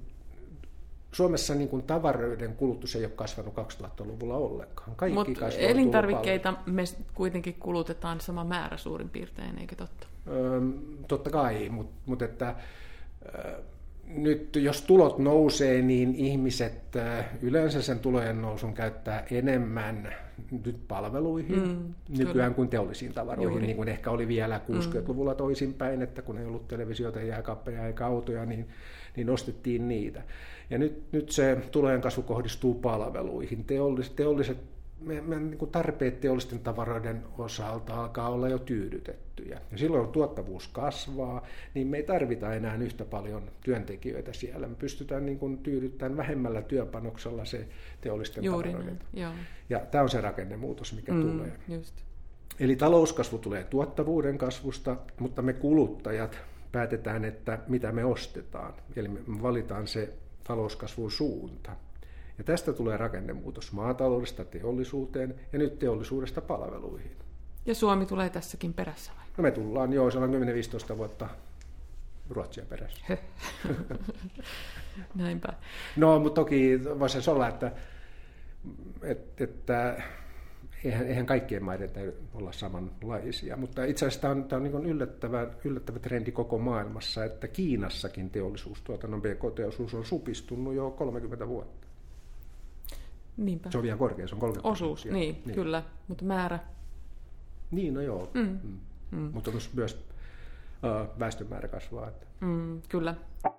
Suomessa niin kuin tavaroiden kulutus ei ole kasvanut kaksituhattaluvulla ollenkaan. Kaikki Mutta elintarvikkeita me kuitenkin kulutetaan sama määrä suurin piirtein, eikö totta? Öö, totta kai, mutta mut että öö, nyt jos tulot nousee, niin ihmiset öö, yleensä sen tulojen nousun käyttää enemmän nyt palveluihin mm, nykyään kyllä. kuin teollisiin tavaroihin, Juuri. niin kuin ehkä oli vielä kuusikymmentäluvulla toisinpäin, että kun ei ollut televisiota, jääkaappeja eikä autoja, niin, niin ostettiin niitä. Ja nyt, nyt se tulojen kasvu kohdistuu palveluihin. Teolliset, teolliset meidän niin kuin tarpeet teollisten tavaroiden osalta alkaa olla jo tyydytettyjä. Ja silloin kun tuottavuus kasvaa, niin me ei tarvita enää yhtä paljon työntekijöitä siellä. Me pystytään niin kuin tyydyttämään vähemmällä työpanoksella se teollisten Juuri tavaroiden. Näin, joo. Ja tämä on se rakennemuutos, mikä mm, tulee. Just. Eli talouskasvu tulee tuottavuuden kasvusta, mutta me kuluttajat päätetään, että mitä me ostetaan. Eli me valitaan se talouskasvun suunta. Ja tästä tulee rakennemuutos maataloudesta teollisuuteen ja nyt teollisuudesta palveluihin. Ja Suomi tulee tässäkin perässä vai? No me tullaan jo kymmenen viisitoista vuotta Ruotsia perässä. Näinpä. No, mutta toki voisi olla, että, että, että eihän, eihän kaikkien maiden täytyy olla samanlaisia, mutta itse asiassa tämä on, tämä on niin yllättävä, yllättävä trendi koko maailmassa, että Kiinassakin teollisuustuotannon B K T-osuus on supistunut jo kolmekymmentä vuotta. Niinpä. Se on vielä korkea, se on kolmekymmentä Osuus, niin, niin, kyllä, mutta määrä. Niin, no joo, mm. Mm. Mm. mutta myös uh, väestömäärä kasvaa. Että. Mm, kyllä.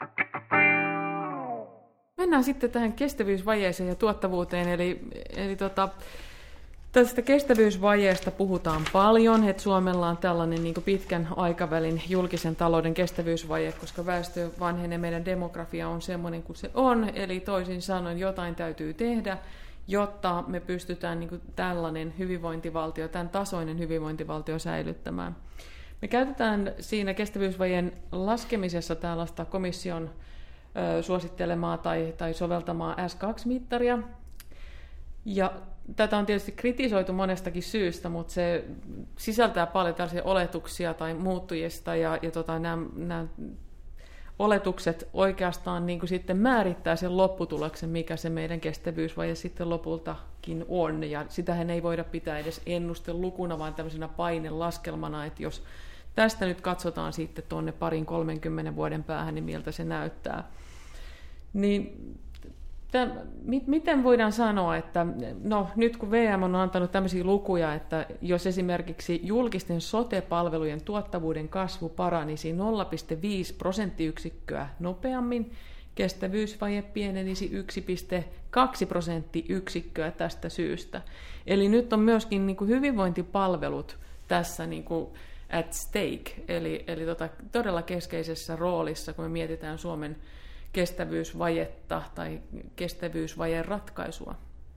Mennään sitten tähän kestävyysvajeeseen ja tuottavuuteen, eli, eli tota, tästä kestävyysvajeesta puhutaan paljon, että Suomella on tällainen niin kuin pitkän aikavälin julkisen talouden kestävyysvaje, koska väestö vanhenee, meidän demografia on semmoinen kuin se on, eli toisin sanoen jotain täytyy tehdä, jotta me pystytään niin kuin tällainen hyvinvointivaltio, tämän tasoinen hyvinvointivaltio säilyttämään. Me käytetään siinä kestävyysvajeen laskemisessa tällaista komission ö, suosittelemaa tai, tai soveltamaa S kaksi -mittaria, ja tätä on tietysti kritisoitu monestakin syystä, mutta se sisältää paljon tällaisia oletuksia tai muuttujista, ja, ja tota, nämä, nämä oletukset oikeastaan niin kuin sitten määrittää sen lopputuloksen, mikä se meidän kestävyysvaje sitten lopultakin on, ja sitähän ei voida pitää edes ennustelukuna, vaan tämmöisenä painelaskelmana, että jos tästä nyt katsotaan sitten tuonne parin kolmenkymmenen vuoden päähän, niin miltä se näyttää. Niin Tämän, miten voidaan sanoa, että no, nyt kun V M on antanut tämmöisiä lukuja, että jos esimerkiksi julkisten sote-palvelujen tuottavuuden kasvu paranisi nolla pilkku viisi prosenttiyksikköä nopeammin, kestävyysvaje pienenisi yksi pilkku kaksi prosenttiyksikköä tästä syystä. Eli nyt on myöskin niin kuin hyvinvointipalvelut tässä niin kuin at stake, eli, eli tota, todella keskeisessä roolissa, kun me mietitään Suomen kestävyysvajetta tai kestävyysvajeen ratkaisua.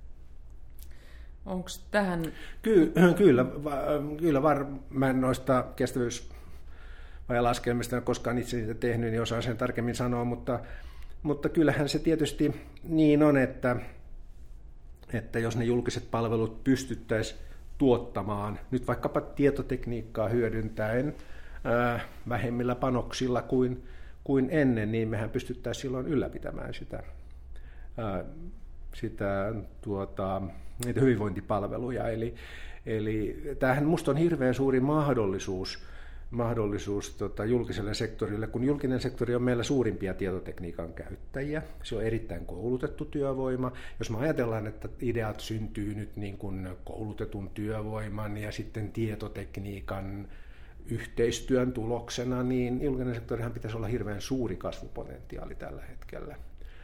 Onko tähän? Ky- kyllä, kyllä var, mä en noista kestävyysvajeen laskelmista koskaan itse niitä tehnyt, niin osaan sen tarkemmin sanoa, mutta, mutta kyllähän se tietysti niin on, että, että jos ne julkiset palvelut pystyttäisiin tuottamaan, nyt vaikkapa tietotekniikkaa hyödyntäen ää, vähemmillä panoksilla kuin kuin ennen, niin mehän pystyttäisiin silloin ylläpitämään sitä, ää, sitä tuota, niitä hyvinvointipalveluja. Eli, eli tämähän musta on hirveän suuri mahdollisuus, mahdollisuus tota, julkiselle sektorille, kun julkinen sektori on meillä suurimpia tietotekniikan käyttäjiä. Se on erittäin koulutettu työvoima. Jos me ajatellaan, että ideat syntyy nyt niin kuin koulutetun työvoiman ja sitten tietotekniikan yhteistyön tuloksena, niin julkinen sektorihan pitäisi olla hirveän suuri kasvupotentiaali tällä hetkellä.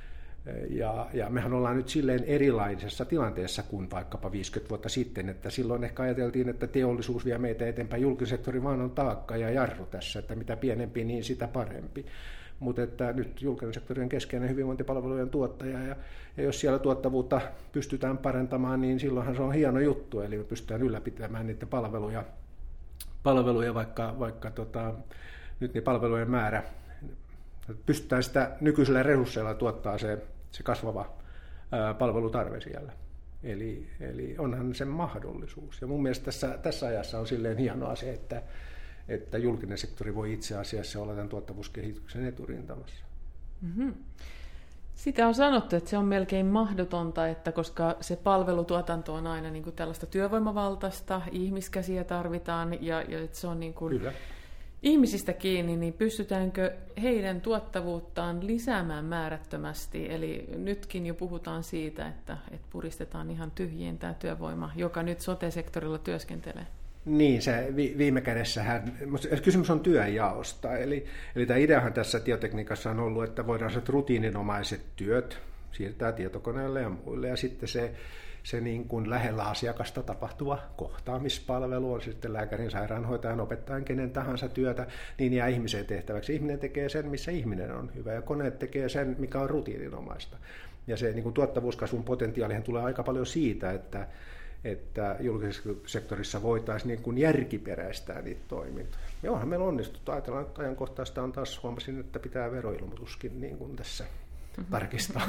Ja, ja mehän ollaan nyt silleen erilaisessa tilanteessa kuin vaikkapa viisikymmentä vuotta sitten, että silloin ehkä ajateltiin, että teollisuus vie meitä eteenpäin, julkinen sektori vaan on taakka ja jarru tässä, että mitä pienempi, niin sitä parempi. Mutta että nyt julkinen sektori on keskeinen hyvinvointipalvelujen tuottaja, ja, ja jos siellä tuottavuutta pystytään parantamaan, niin silloinhan se on hieno juttu, eli me pystytään ylläpitämään niiden palveluja, palveluja vaikka, vaikka tota, nyt niin palvelujen määrä, pystytään sitä nykyisillä resursseilla tuottaa se, se kasvava ää, palvelutarve siellä. Eli, eli onhan se mahdollisuus. Ja mun mielestä tässä, tässä ajassa on silleen hienoa se, että, että julkinen sektori voi itse asiassa olla tämän tuottavuuskehityksen eturintamassa. Mm-hmm. Sitä on sanottu, että se on melkein mahdotonta, että koska se palvelutuotanto on aina niin kuin tällaista työvoimavaltaista, ihmiskäsiä tarvitaan ja, ja että se on niin kuin ihmisistä kiinni, niin pystytäänkö heidän tuottavuuttaan lisäämään määrättömästi? Eli nytkin jo puhutaan siitä, että, että puristetaan ihan tyhjiin tämä työvoima, joka nyt sote-sektorilla työskentelee. Niin, se viime kädessähän, kysymys on työnjaosta, eli, eli tämä ideahan tässä tietotekniikassa on ollut, että voidaan se rutiininomaiset työt siirtää tietokoneelle ja muille, ja sitten se, se niin kuin lähellä asiakasta tapahtuva kohtaamispalvelu, on sitten lääkärin, sairaanhoitajan, opettajan, kenen tahansa työtä, niin jää ihmisen tehtäväksi. Ihminen tekee sen, missä ihminen on hyvä, ja koneet tekee sen, mikä on rutiininomaista. Ja se niin kuin tuottavuuskasvun potentiaalihan tulee aika paljon siitä, että, että julkisessa sektorissa voitaisiin niin kuin järkiperäistää niitä toimintoja. Ja onhan meillä onnistuttu. Ajatellaan, että ajankohtaista on taas, huomasin, että pitää veroilmoituskin niin kuin tässä tarkistaa.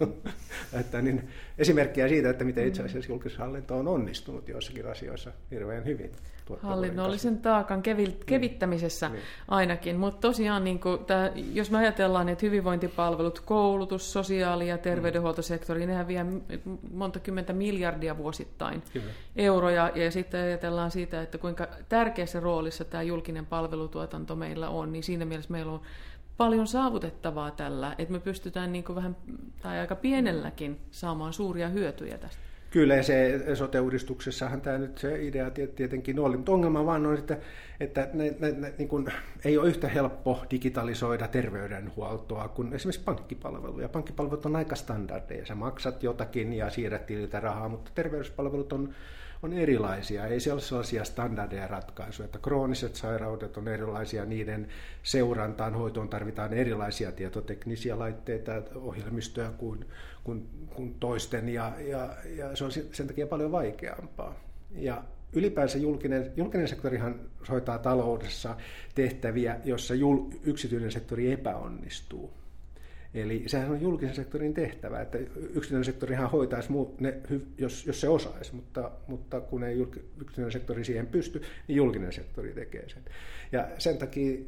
että niin, esimerkkiä siitä, että miten itse asiassa julkishallinto on onnistunut joissakin asioissa hirveän hyvin. Hallinnollisen taakan kevittämisessä niin. ainakin, mutta tosiaan niin kuin tämä, jos me ajatellaan, että hyvinvointipalvelut, koulutus, sosiaali- ja terveydenhuoltosektori, nehän vie monta kymmentä miljardia vuosittain Kyllä. euroja, ja sitten ajatellaan siitä, että kuinka tärkeässä roolissa tämä julkinen palvelutuotanto meillä on, niin siinä mielessä meillä on paljon saavutettavaa tällä, että me pystytään niin kuin vähän tai aika pienelläkin saamaan suuria hyötyjä tästä. Kyllä, ja se sote-uudistuksessahan tämä nyt se idea tietenkin oli, mutta ongelma vaan on, että, että ne, ne, ne, niin kuin, ei ole yhtä helppo digitalisoida terveydenhuoltoa kuin esimerkiksi pankkipalveluja. Pankkipalvelut on aika standardeja, sä maksat jotakin ja siirrät tililtä rahaa, mutta terveyspalvelut on on erilaisia. Ei se ole sellaisia standardeja ratkaisuja, että krooniset sairaudet on erilaisia, niiden seurantaan, hoitoon tarvitaan erilaisia tietoteknisiä laitteita, ohjelmistoja kuin, kuin, kuin toisten, ja, ja, ja se on sen takia paljon vaikeampaa. Ja ylipäänsä julkinen, julkinen sektorihan hoitaa taloudessa tehtäviä, jossa jul, yksityinen sektori epäonnistuu. Eli sehän on julkisen sektorin tehtävä, että yksityinen sektorihan hoitaisi ne, jos, jos se osaisi, mutta, mutta kun ei yksityinen sektori siihen pysty, niin julkinen sektori tekee sen. Ja sen takia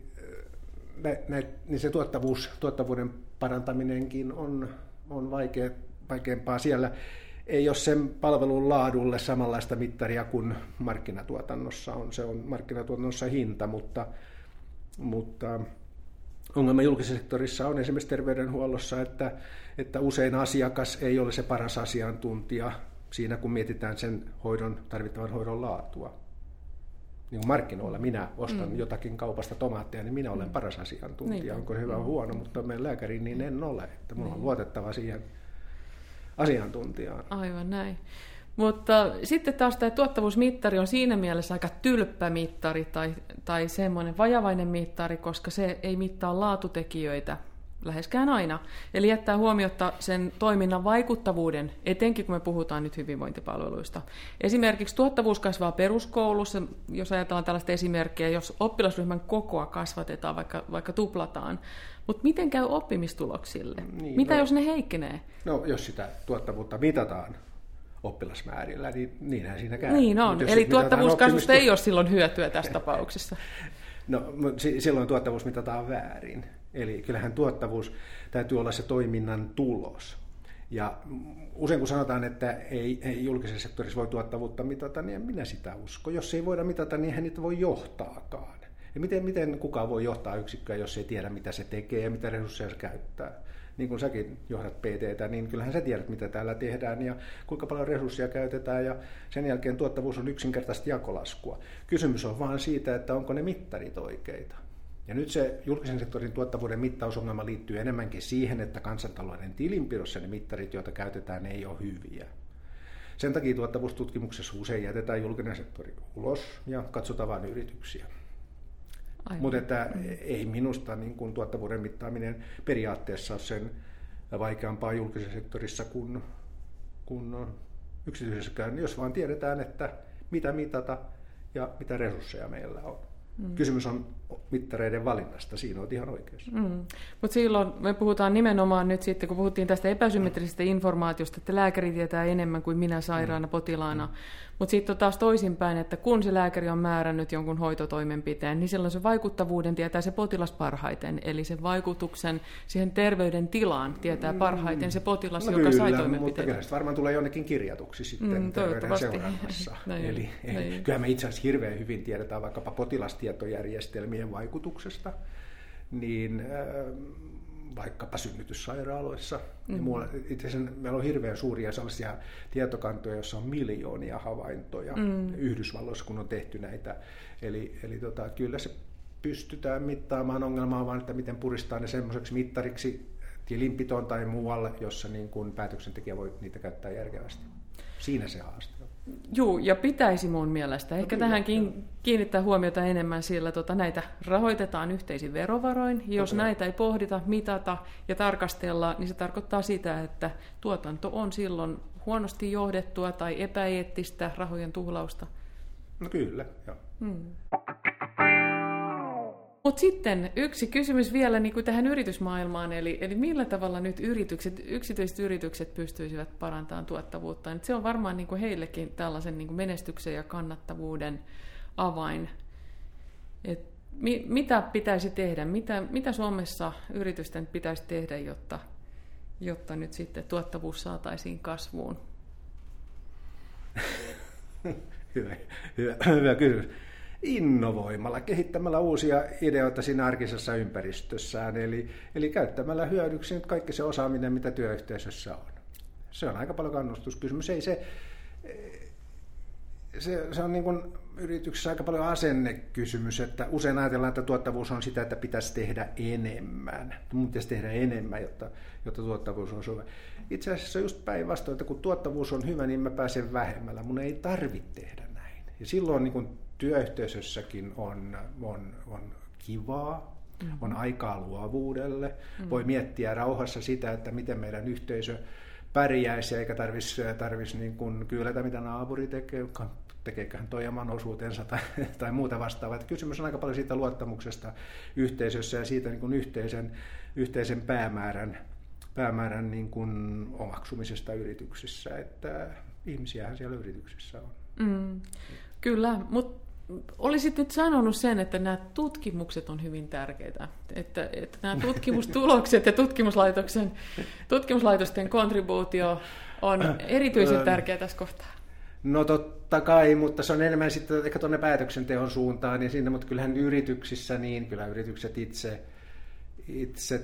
nä, nä, niin se tuottavuus, tuottavuuden parantaminenkin on, on vaikea, vaikeampaa siellä. Ei ole sen palvelun laadulle samanlaista mittaria kuin markkinatuotannossa on. Se on markkinatuotannossa hinta, mutta... mutta ongelma julkisessa sektorissa on esimerkiksi terveydenhuollossa, että, että usein asiakas ei ole se paras asiantuntija siinä, kun mietitään sen hoidon, tarvittavan hoidon laatua. Niin kuin markkinoilla minä ostan mm. jotakin kaupasta tomaatteja, niin minä olen paras asiantuntija. Niin. Onko se hyvä vai huono, mutta meidän lääkäri niin en ole. Että minulla on luotettava siihen asiantuntijaan. Aivan näin. Mutta sitten taas tämä tuottavuusmittari on siinä mielessä aika tylppä mittari tai, tai semmoinen vajavainen mittari, koska se ei mittaa laatutekijöitä läheskään aina. Eli jättää huomiotta sen toiminnan vaikuttavuuden, etenkin kun me puhutaan nyt hyvinvointipalveluista. Esimerkiksi tuottavuus kasvaa peruskoulussa, jos ajatellaan tällaista esimerkkiä, jos oppilasryhmän kokoa kasvatetaan, vaikka, vaikka tuplataan. Mutta miten käy oppimistuloksille? Niin, Mitä no, jos ne heikkenee? No jos sitä tuottavuutta mitataan oppilasmäärillä, niin niinhän siinä käy. Niin on, eli tuottavuuskasvusta ei ole silloin hyötyä tässä tapauksessa. No silloin tuottavuus mitataan väärin. Eli kyllähän tuottavuus täytyy olla se toiminnan tulos. Ja usein kun sanotaan, että ei, ei julkisessa sektorissa voi tuottavuutta mitata, niin en minä sitä usko. Jos ei voida mitata, niin eihän niitä voi johtaakaan. Ja miten, miten kukaan voi johtaa yksikköä, jos ei tiedä, mitä se tekee ja mitä resursseja se käyttää? Niin kuin säkin johdat P T:tä, niin kyllähän sä tiedät, mitä täällä tehdään ja kuinka paljon resursseja käytetään, ja sen jälkeen tuottavuus on yksinkertaista jakolaskua. Kysymys on vaan siitä, että onko ne mittarit oikeita. Ja nyt se julkisen sektorin tuottavuuden mittausongelma liittyy enemmänkin siihen, että kansantalouden tilinpidossa ne mittarit, joita käytetään, ei ole hyviä. Sen takia tuottavuustutkimuksessa usein jätetään julkinen sektori ulos ja katsotaan vain yrityksiä. Mutta että ei minusta niin kuin tuottavuuden mittaaminen periaatteessa ole sen vaikeampaa julkisessa sektorissa kuin, kuin yksityisessäkään, jos vaan tiedetään, että mitä mitata ja mitä resursseja meillä on. Mm. Kysymys on mittareiden valinnasta, siinä on ihan oikeassa. Mm. Mutta silloin me puhutaan nimenomaan nyt sitten, kun puhuttiin tästä epäsymmetrisestä informaatiosta, että lääkäri tietää enemmän kuin minä sairaana mm. potilaana. Mm. Mutta sitten on taas toisinpäin, että kun se lääkäri on määrännyt jonkun hoitotoimenpiteen, niin silloin se vaikuttavuuden tietää se potilas parhaiten. Eli sen vaikutuksen siihen terveyden tilaan tietää parhaiten se potilas, no joka kyllä, sai toimenpiteen. Mutta kyllä se varmaan tulee jonnekin kirjatuksi sitten mm, terveyden seurannassa. Eli näin. Kyllä me itse asiassa hirveän hyvin tiedetään vaikkapa potilastietojärjestelmien vaikutuksesta, niin äh, vaikkapa synnytyssairaaloissa. Mm. Ja muualla, itse asiassa meillä on hirveän suuria sellaisia tietokantoja, joissa on miljoonia havaintoja mm. Yhdysvalloissa, kun on tehty näitä. Eli, eli tota, kyllä se pystytään mittaamaan, ongelmaa vaan, että miten puristaa ne semmoiseksi mittariksi tilinpitoon tai muualle, jossa niin kuin päätöksentekijä voi niitä käyttää järkevästi. Siinä se haaste on. Juu, ja pitäisi mun mielestä. Ehkä no, tähänkin joo. kiinnittää huomiota enemmän, sillä tota, näitä rahoitetaan yhteisin verovaroin. Jos okay. näitä ei pohdita, mitata ja tarkastella, niin se tarkoittaa sitä, että tuotanto on silloin huonosti johdettua tai epäeettistä rahojen tuhlausta. No kyllä, joo. Hmm. Mutta sitten yksi kysymys vielä niin kuin tähän yritysmaailmaan, eli, eli millä tavalla nyt yritykset, yksityiset yritykset pystyisivät parantamaan tuottavuutta. Nyt se on varmaan niin kuin heillekin tällaisen niin kuin menestyksen ja kannattavuuden avain. Et mi, mitä pitäisi tehdä, mitä, mitä Suomessa yritysten pitäisi tehdä, jotta, jotta nyt sitten tuottavuus saataisiin kasvuun? hyvä, hyvä, hyvä kysymys. Innovoimalla, kehittämällä uusia ideoita siinä arkisessa ympäristössään, eli, eli käyttämällä hyödyksi nyt kaikki se osaaminen, mitä työyhteisössä on. Se on aika paljon kannustuskysymys. Ei se, se, se on niin kuin yrityksessä aika paljon asennekysymys, että usein ajatellaan, että tuottavuus on sitä, että pitäisi tehdä enemmän. Mun pitäisi tehdä enemmän, jotta, jotta tuottavuus on hyvä. Itse asiassa on just päinvastoin, että kun tuottavuus on hyvä, niin mä pääsen vähemmällä. Mun ei tarvitse tehdä näin. Ja silloin niin kuin työyhteisössäkin on, on, on kivaa, mm-hmm. on aikaa luovuudelle. Mm-hmm. Voi miettiä rauhassa sitä, että miten meidän yhteisö pärjäisi, eikä tarvitsisi tarvis niin kuin kyylätä, mitä naapuri tekee, tekeeköhän toi oman osuutensa tai, tai muuta vastaavaa. Että kysymys on aika paljon siitä luottamuksesta yhteisössä ja siitä niin kuin yhteisen, yhteisen päämäärän, päämäärän niin kuin omaksumisesta yrityksissä. Että ihmisiähän siellä yrityksissä on. Mm. Kyllä, mutta olisit nyt sanonut sen, että nämä tutkimukset on hyvin tärkeitä, että, että nämä tutkimustulokset ja tutkimuslaitoksen, tutkimuslaitosten kontribuutio on erityisen tärkeä tässä kohtaa. No totta kai, mutta se on enemmän sitten ehkä tuonne päätöksenteon suuntaan, niin siinä, mutta kyllähän yrityksissä, niin kyllä yritykset itse, itse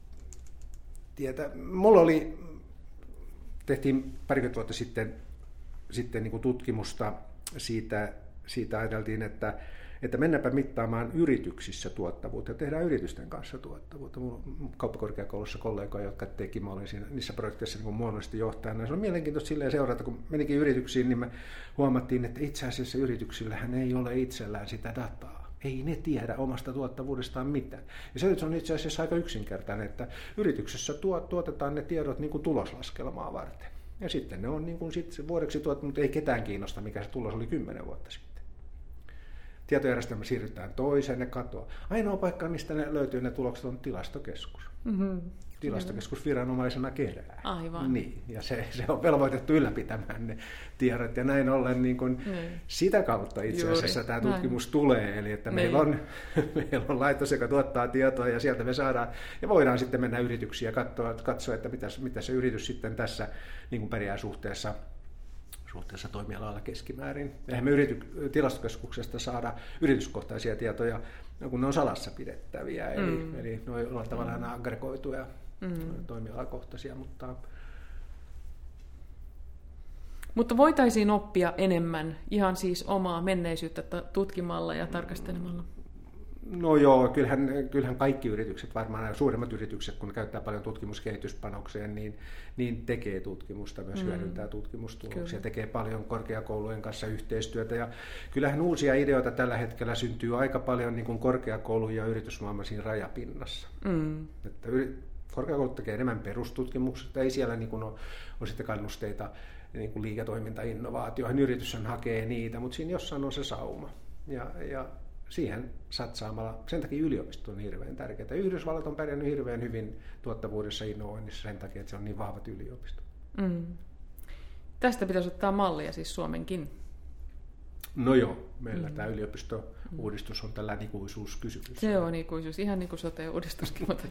tietää. Mulla oli, tehtiin parikymmentä vuotta sitten, sitten niin kuin tutkimusta siitä, siitä ajateltiin, että, että mennäänpä mittaamaan yrityksissä tuottavuutta ja tehdään yritysten kanssa tuottavuutta. Minulla on kauppakorkeakoulussa kollegoja, jotka teki, mä olin siinä, niissä projekteissa niin muodollisesti johtajana. Se on mielenkiintoista silleen seurata, kun menikin yrityksiin, niin me huomattiin, että itse asiassa yrityksillähän ei ole itsellään sitä dataa. Ei ne tiedä omasta tuottavuudestaan mitään. Ja se on itse asiassa aika yksinkertainen, että yrityksessä tuotetaan ne tiedot niin kuin tuloslaskelmaa varten. Ja sitten ne on niin kuin sit vuodeksi tuot, mutta ei ketään kiinnosta, mikä se tulos oli kymmenen vuotta sitten. Tietojärjestelmä siirrytään toiseen, ne katoaa. Ainoa paikka, mistä ne löytyy ne tulokset, on tilastokeskus. Mm-hmm. Tilastokeskus viranomaisena kerää. Aivan. Niin, ja se, se on velvoitettu ylläpitämään ne tiedot. Ja näin ollen niin kuin mm. sitä kautta itse asiassa Juuri. Tämä tutkimus näin. Tulee. Eli että meillä on, meillä on laitos, joka tuottaa tietoa ja sieltä me saadaan. Ja voidaan sitten mennä yrityksiin ja katsoa, katsoa että mitä, mitä se yritys sitten tässä niin kuin pärjää suhteessa. suhteessa toimialalla keskimäärin. Eihän me yrity- tilastokeskuksesta saada yrityskohtaisia tietoja, kun ne on salassa pidettäviä, eli, mm. eli ne on tavallaan mm. aggregoituja mm. toimialakohtaisia. Mutta... mutta voitaisiin oppia enemmän ihan siis omaa menneisyyttä tutkimalla ja tarkastelemalla? No joo, kyllähän, kyllähän kaikki yritykset, varmaan suuremmat yritykset, kun ne käyttää paljon tutkimuskehityspanokseen, niin, niin tekee tutkimusta, myös mm. hyödyntää tutkimustuloksia, Kyllä. tekee paljon korkeakoulujen kanssa yhteistyötä. Ja kyllähän uusia ideoita tällä hetkellä syntyy aika paljon niin kuin korkeakoulujen ja yritysmaailman siinä rajapinnassa. Mm. Että korkeakoulut tekee enemmän perustutkimuksesta, ei siellä niin kuin ole, ole sitten kannusteita niin kuin liiketoimintainnovaatioihin, yrityshän hakee niitä, mutta siinä jossain on se sauma. Ja, ja siihen satsaamalla, sen takia yliopisto on hirveän tärkeää. Yhdysvallat on pärjännyt hirveän hyvin tuottavuudessa innovoinnissa sen takia, että se on niin vahvat yliopisto. Mm. Tästä pitäisi ottaa mallia siis Suomenkin. No joo, meillä mm. tämä yliopisto-uudistus on tällä ikuisuuskysymys. Se on ikuisuus, ihan niin kuin sote-uudistuskin. Mutta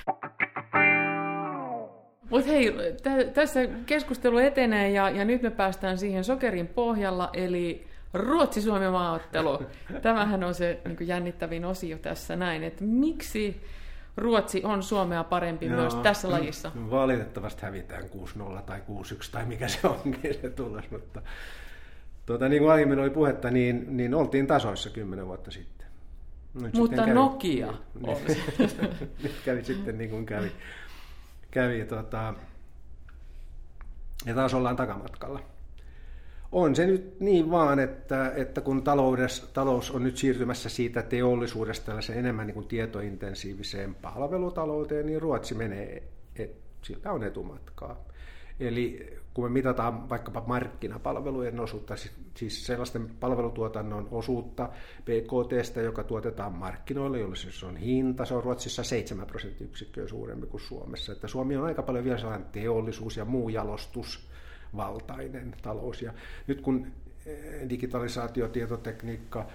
Mut hei, t- tässä keskustelu etenee ja, ja nyt me päästään siihen sokerin pohjalla, eli Ruotsi-Suomi maaottelu. Tämähän on se niin kuin jännittävin osio tässä näin, että miksi Ruotsi on Suomea parempi no, myös tässä lajissa? Valitettavasti hävitään kuusi nolla tai kuusi yksi tai mikä se onkin se tulos, mutta tuota, niin kuin aiemmin oli puhetta, niin, niin oltiin tasoissa kymmenen vuotta sitten. Nyt mutta sitten Nokia kävi, oli. Nyt kävi sitten niin kuin kävi. kävi tuota, ja taas ollaan takamatkalla. On se nyt niin vaan, että, että kun talous on nyt siirtymässä siitä teollisuudesta tällaiseen enemmän niin kuin tietointensiiviseen palvelutalouteen, niin Ruotsi menee, et, sillä on etumatkaa. Eli kun me mitataan vaikkapa markkinapalvelujen osuutta, siis sellaisten palvelutuotannon osuutta B K T:stä, joka tuotetaan markkinoille, jolle siis on hinta, se on Ruotsissa seitsemän prosenttiyksikköä suurempi kuin Suomessa. Että Suomi on aika paljon vielä sellainen teollisuus ja muu jalostusvaltainen talous. Ja nyt kun digitalisaatio, tietotekniikka,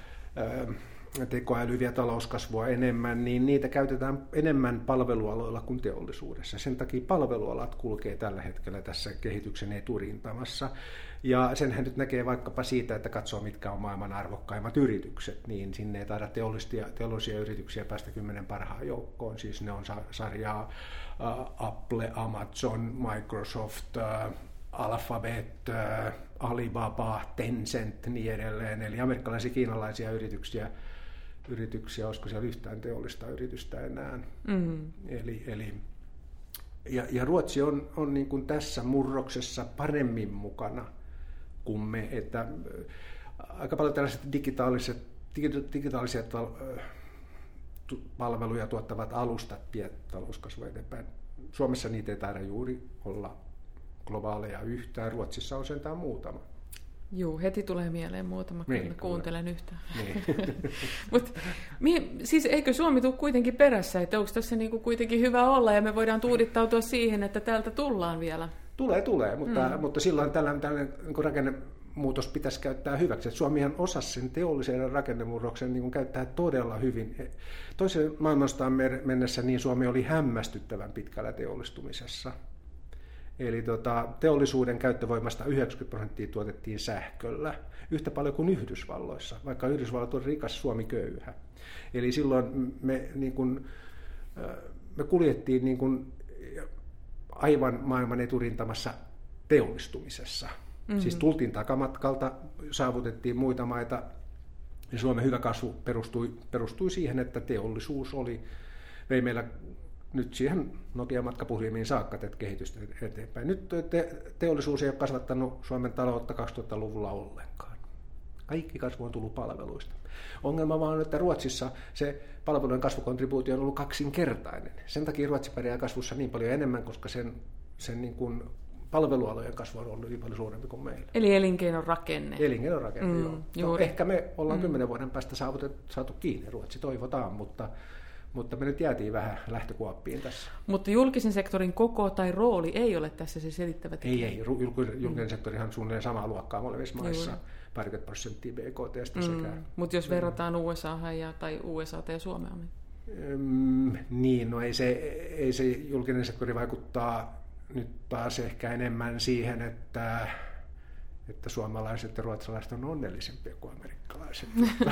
tekoäly vie talouskasvua enemmän, niin niitä käytetään enemmän palvelualoilla kuin teollisuudessa. Sen takia palvelualat kulkee tällä hetkellä tässä kehityksen eturintamassa. Ja senhän nyt näkee vaikkapa siitä, että katsoo mitkä on maailman arvokkaimmat yritykset, niin sinne ei taida teollisia, teollisia yrityksiä päästä kymmenen parhaan joukkoon. Siis ne on sarjaa Apple, Amazon, Microsoft, Alphabet, Alibaba, Tencent ja niin edelleen. Eli amerikkalaisia, kiinalaisia yrityksiä, yrityksiä, olisiko siellä yhtään teollista yritystä enää. Mm-hmm. Eli, eli, ja, ja Ruotsi on, on niin kuin tässä murroksessa paremmin mukana kuin me, että aika paljon tällaiset digitaaliset, digitaalisia palveluja tuottavat alustat vie talouskasvua eteenpäin. Suomessa niitä ei taida juuri olla globaaleja yhtään, Ruotsissa on sentään muutama. Joo, heti tulee mieleen muutama, kun niin, kuuntelen tulee. Yhtään. Niin. Mut, siis eikö Suomi tule kuitenkin perässä, että onko tässä niinku kuitenkin hyvä olla ja me voidaan tuudittautua siihen, että täältä tullaan vielä? Tulee, tulee, mutta, mm. mutta silloin tällainen, tällainen niin rakennemuutos pitäisi käyttää hyväksi. Että Suomihan osasi sen teollisen rakennemurroksen niin käyttää todella hyvin. Toisen maailmansotaan mennessä niin Suomi oli hämmästyttävän pitkällä teollistumisessa. Eli tota, teollisuuden käyttövoimasta yhdeksänkymmentä prosenttia tuotettiin sähköllä, yhtä paljon kuin Yhdysvalloissa, vaikka Yhdysvallat on rikas, Suomi köyhä. Eli silloin me, niin kun, me kuljettiin niin kun aivan maailman eturintamassa teollistumisessa. Mm-hmm. Siis tultiin takamatkalta, saavutettiin muita maita, ja Suomen hyvä kasvu perustui, perustui siihen, että teollisuus oli, vei meillä nyt siihen Nokia-matkapuhelimiin saakka tätä kehitystä eteenpäin. Nyt te, teollisuus ei ole kasvattanut Suomen taloutta kaksituhattaluvulla ollenkaan. Kaikki kasvu on tullut palveluista. Ongelma vaan on, että Ruotsissa se palvelujen kasvukontribuutio on ollut kaksinkertainen. Sen takia Ruotsi pärjää kasvussa niin paljon enemmän, koska sen, sen niin kuin palvelualojen kasvu on ollut niin paljon suurempi kuin meillä. Eli elinkeinon rakenne. Elinkeinon rakenne, mm, joo. No, ehkä me ollaan mm. kymmenen vuoden päästä saavutet, saatu kiinni, Ruotsi toivotaan, mutta Mutta me nyt jäätiin vähän lähtökuoppiin tässä. Mutta julkisen sektorin koko tai rooli ei ole tässä se selittävä tekijä. Ei, ei. Julkinen mm. sektorihan on suunnilleen samaa luokkaa molemmissa maissa. Parikymmentä prosenttia B K T:stä mm. sekä... Mutta jos verrataan U S A:han ja, tai U S A:ta ja Suomea, niin... Mm, niin, no ei se, ei se julkinen sektori vaikuttaa nyt taas ehkä enemmän siihen, että... että suomalaiset ja ruotsalaiset on onnellisempia kuin amerikkalaiset.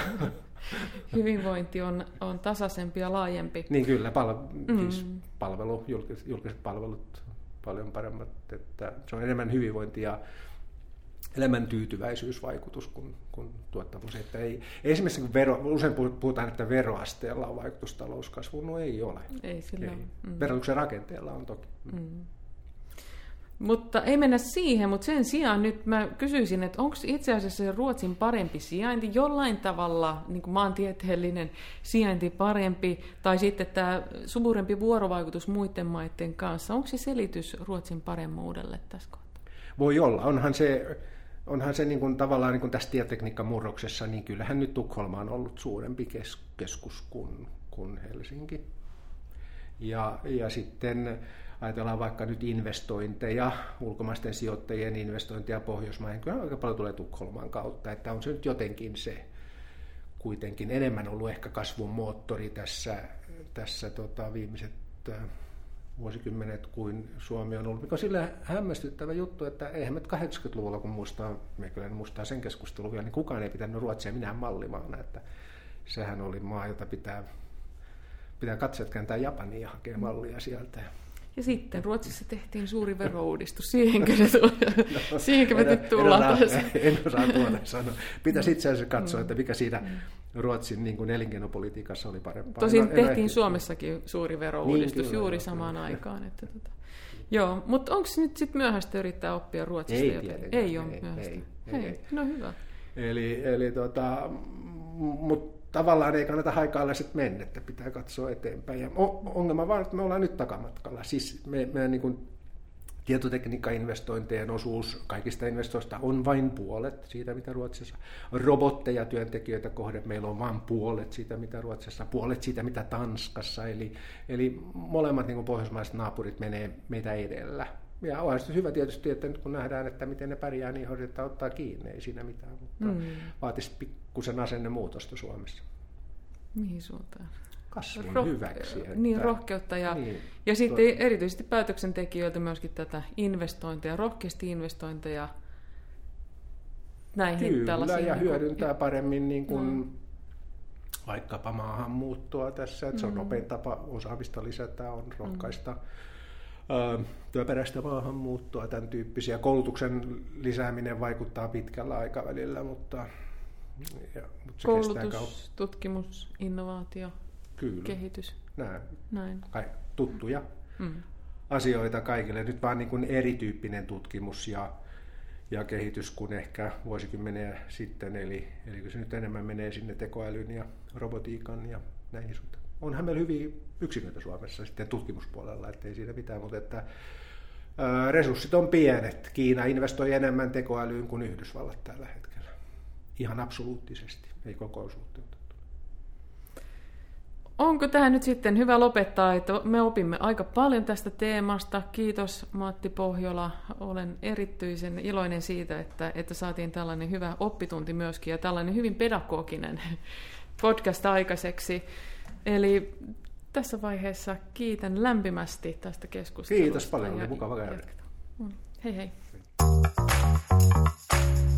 Hyvinvointi on, on tasaisempi ja laajempi. Niin kyllä, pal- mm. siis palvelu, julkiset, julkiset palvelut paljon paremmat. Että se on enemmän hyvinvointi ja elämäntyytyväisyysvaikutus kuin, kuin tuottavuus. Että ei, esimerkiksi kun vero, usein puhutaan, että veroasteella on vaikutus talouskasvuun, no ei ole. Ei sillä ei. Mm. Verotuksen rakenteella on toki. Mm. Mutta ei mennä siihen, mutta sen sijaan nyt mä kysyisin, että onko itse asiassa se Ruotsin parempi sijainti jollain tavalla, niin kuin maantieteellinen sijainti parempi, tai sitten tämä suurempi vuorovaikutus muiden maiden kanssa, onko se selitys Ruotsin paremmuudelle tässä kohtaa? Voi olla, onhan se, onhan se niin kuin, tavallaan niin kuin tässä tietotekniikkamurroksessa, niin kyllähän nyt Tukholma on ollut suurempi kes, keskus kuin, kuin Helsinki. Ja, ja sitten... Ajatellaan vaikka nyt investointeja, ulkomaisten sijoittajien investointeja Pohjoismaihin, kyllä aika paljon tulee Tukholman kautta, että on se nyt jotenkin se kuitenkin enemmän ollut ehkä kasvun moottori tässä, tässä tota, viimeiset äh, vuosikymmenet kuin Suomi on ollut, mikä on sillä hämmästyttävä juttu, että eihän me kahdeksankymmentäluvulla, kun muistaa, me kyllä muistaa sen keskustelun vielä, niin kukaan ei pitänyt Ruotsia minään mallimaana, että sehän oli maa, jota pitää, pitää katsoa, kääntää Japaniin ja hakea mallia sieltä. Ja sitten Ruotsissa tehtiin suuri verouudistus. Siihenkö se tulee? No, Siihenkö me nyt tullaan? En, en, en osaa tuoda sanoa. Pitäisi itse asiassa katsoa, että mikä siinä Ruotsin niin kuin elinkeinopolitiikassa oli parempaa. Tosin no, tehtiin Suomessakin suuri verouudistus niin, juuri samaan aikaan. Että, tota. Joo, mutta onko nyt sitten myöhäistä yrittää oppia ruotsista ei jotain? Tietenkään, ei ole ei, myöhäistä. Ei, Hei, ei. no hyvä. Eli, eli tota, mutta tavallaan ei kannata haikailla sitten mennä, että pitää katsoa eteenpäin. Ja ongelma vaan, että me ollaan nyt takamatkalla. Siis me, me niin kuin tietotekniikka-investointien osuus kaikista investoista on vain puolet siitä, mitä Ruotsissa. Robotteja työntekijöitä kohden meillä on vain puolet siitä, mitä Ruotsissa, puolet siitä, mitä Tanskassa. Eli, eli molemmat niin kuin pohjoismaiset naapurit menee meitä edellä. Ja onhan se hyvä tietysti, että nyt kun nähdään, että miten ne pärjää, niin hoidetaan ottaa kiinni, ei siinä mitään, mutta mm. vaatisi pikkusen asennemuutosta Suomessa. Mihin suuntaan? Kasvun Roh- hyväksi. Että... Niin, rohkeutta ja, niin. ja sitten Tuo... erityisesti päätöksentekijöiltä myöskin tätä investointeja, rohkeasti investointeja näihin Kyllä, tällaisiin. ja hyödyntää niin, paremmin niin kuin mm. vaikkapa maahanmuuttoa tässä, että se on mm. nopein tapa osaamista lisätä, on rohkaista mm. työperäistä maahanmuuttoa, tämän tyyppisiä. Koulutuksen lisääminen vaikuttaa pitkällä aikavälillä, mutta, ja, mutta se koulutus, kestää kauan. Tutkimus, innovaatio, Kyllä. kehitys. Näin. Näin. Kai, tuttuja mm. asioita kaikille. Nyt vaan niin kuin erityyppinen tutkimus ja, ja kehitys kuin ehkä vuosikymmeniä sitten. Eli, eli kun se nyt enemmän menee sinne tekoälyn ja robotiikan ja näihin suuntaan. Onhan meillä hyviä yksiköitä Suomessa sitten tutkimuspuolella, ettei siinä mitään, mutta että ää, resurssit on pienet. Kiina investoi enemmän tekoälyyn kuin Yhdysvallat tällä hetkellä. Ihan absoluuttisesti, ei koko osuutta. Onko tähän nyt sitten hyvä lopettaa, että me opimme aika paljon tästä teemasta. Kiitos Matti Pohjola. Olen erityisen iloinen siitä, että, että saatiin tällainen hyvä oppitunti myöskin ja tällainen hyvin pedagoginen podcast aikaiseksi. Eli tässä vaiheessa kiitän lämpimästi tästä keskustelusta. Kiitos paljon, oli mukava käydä. Hei hei.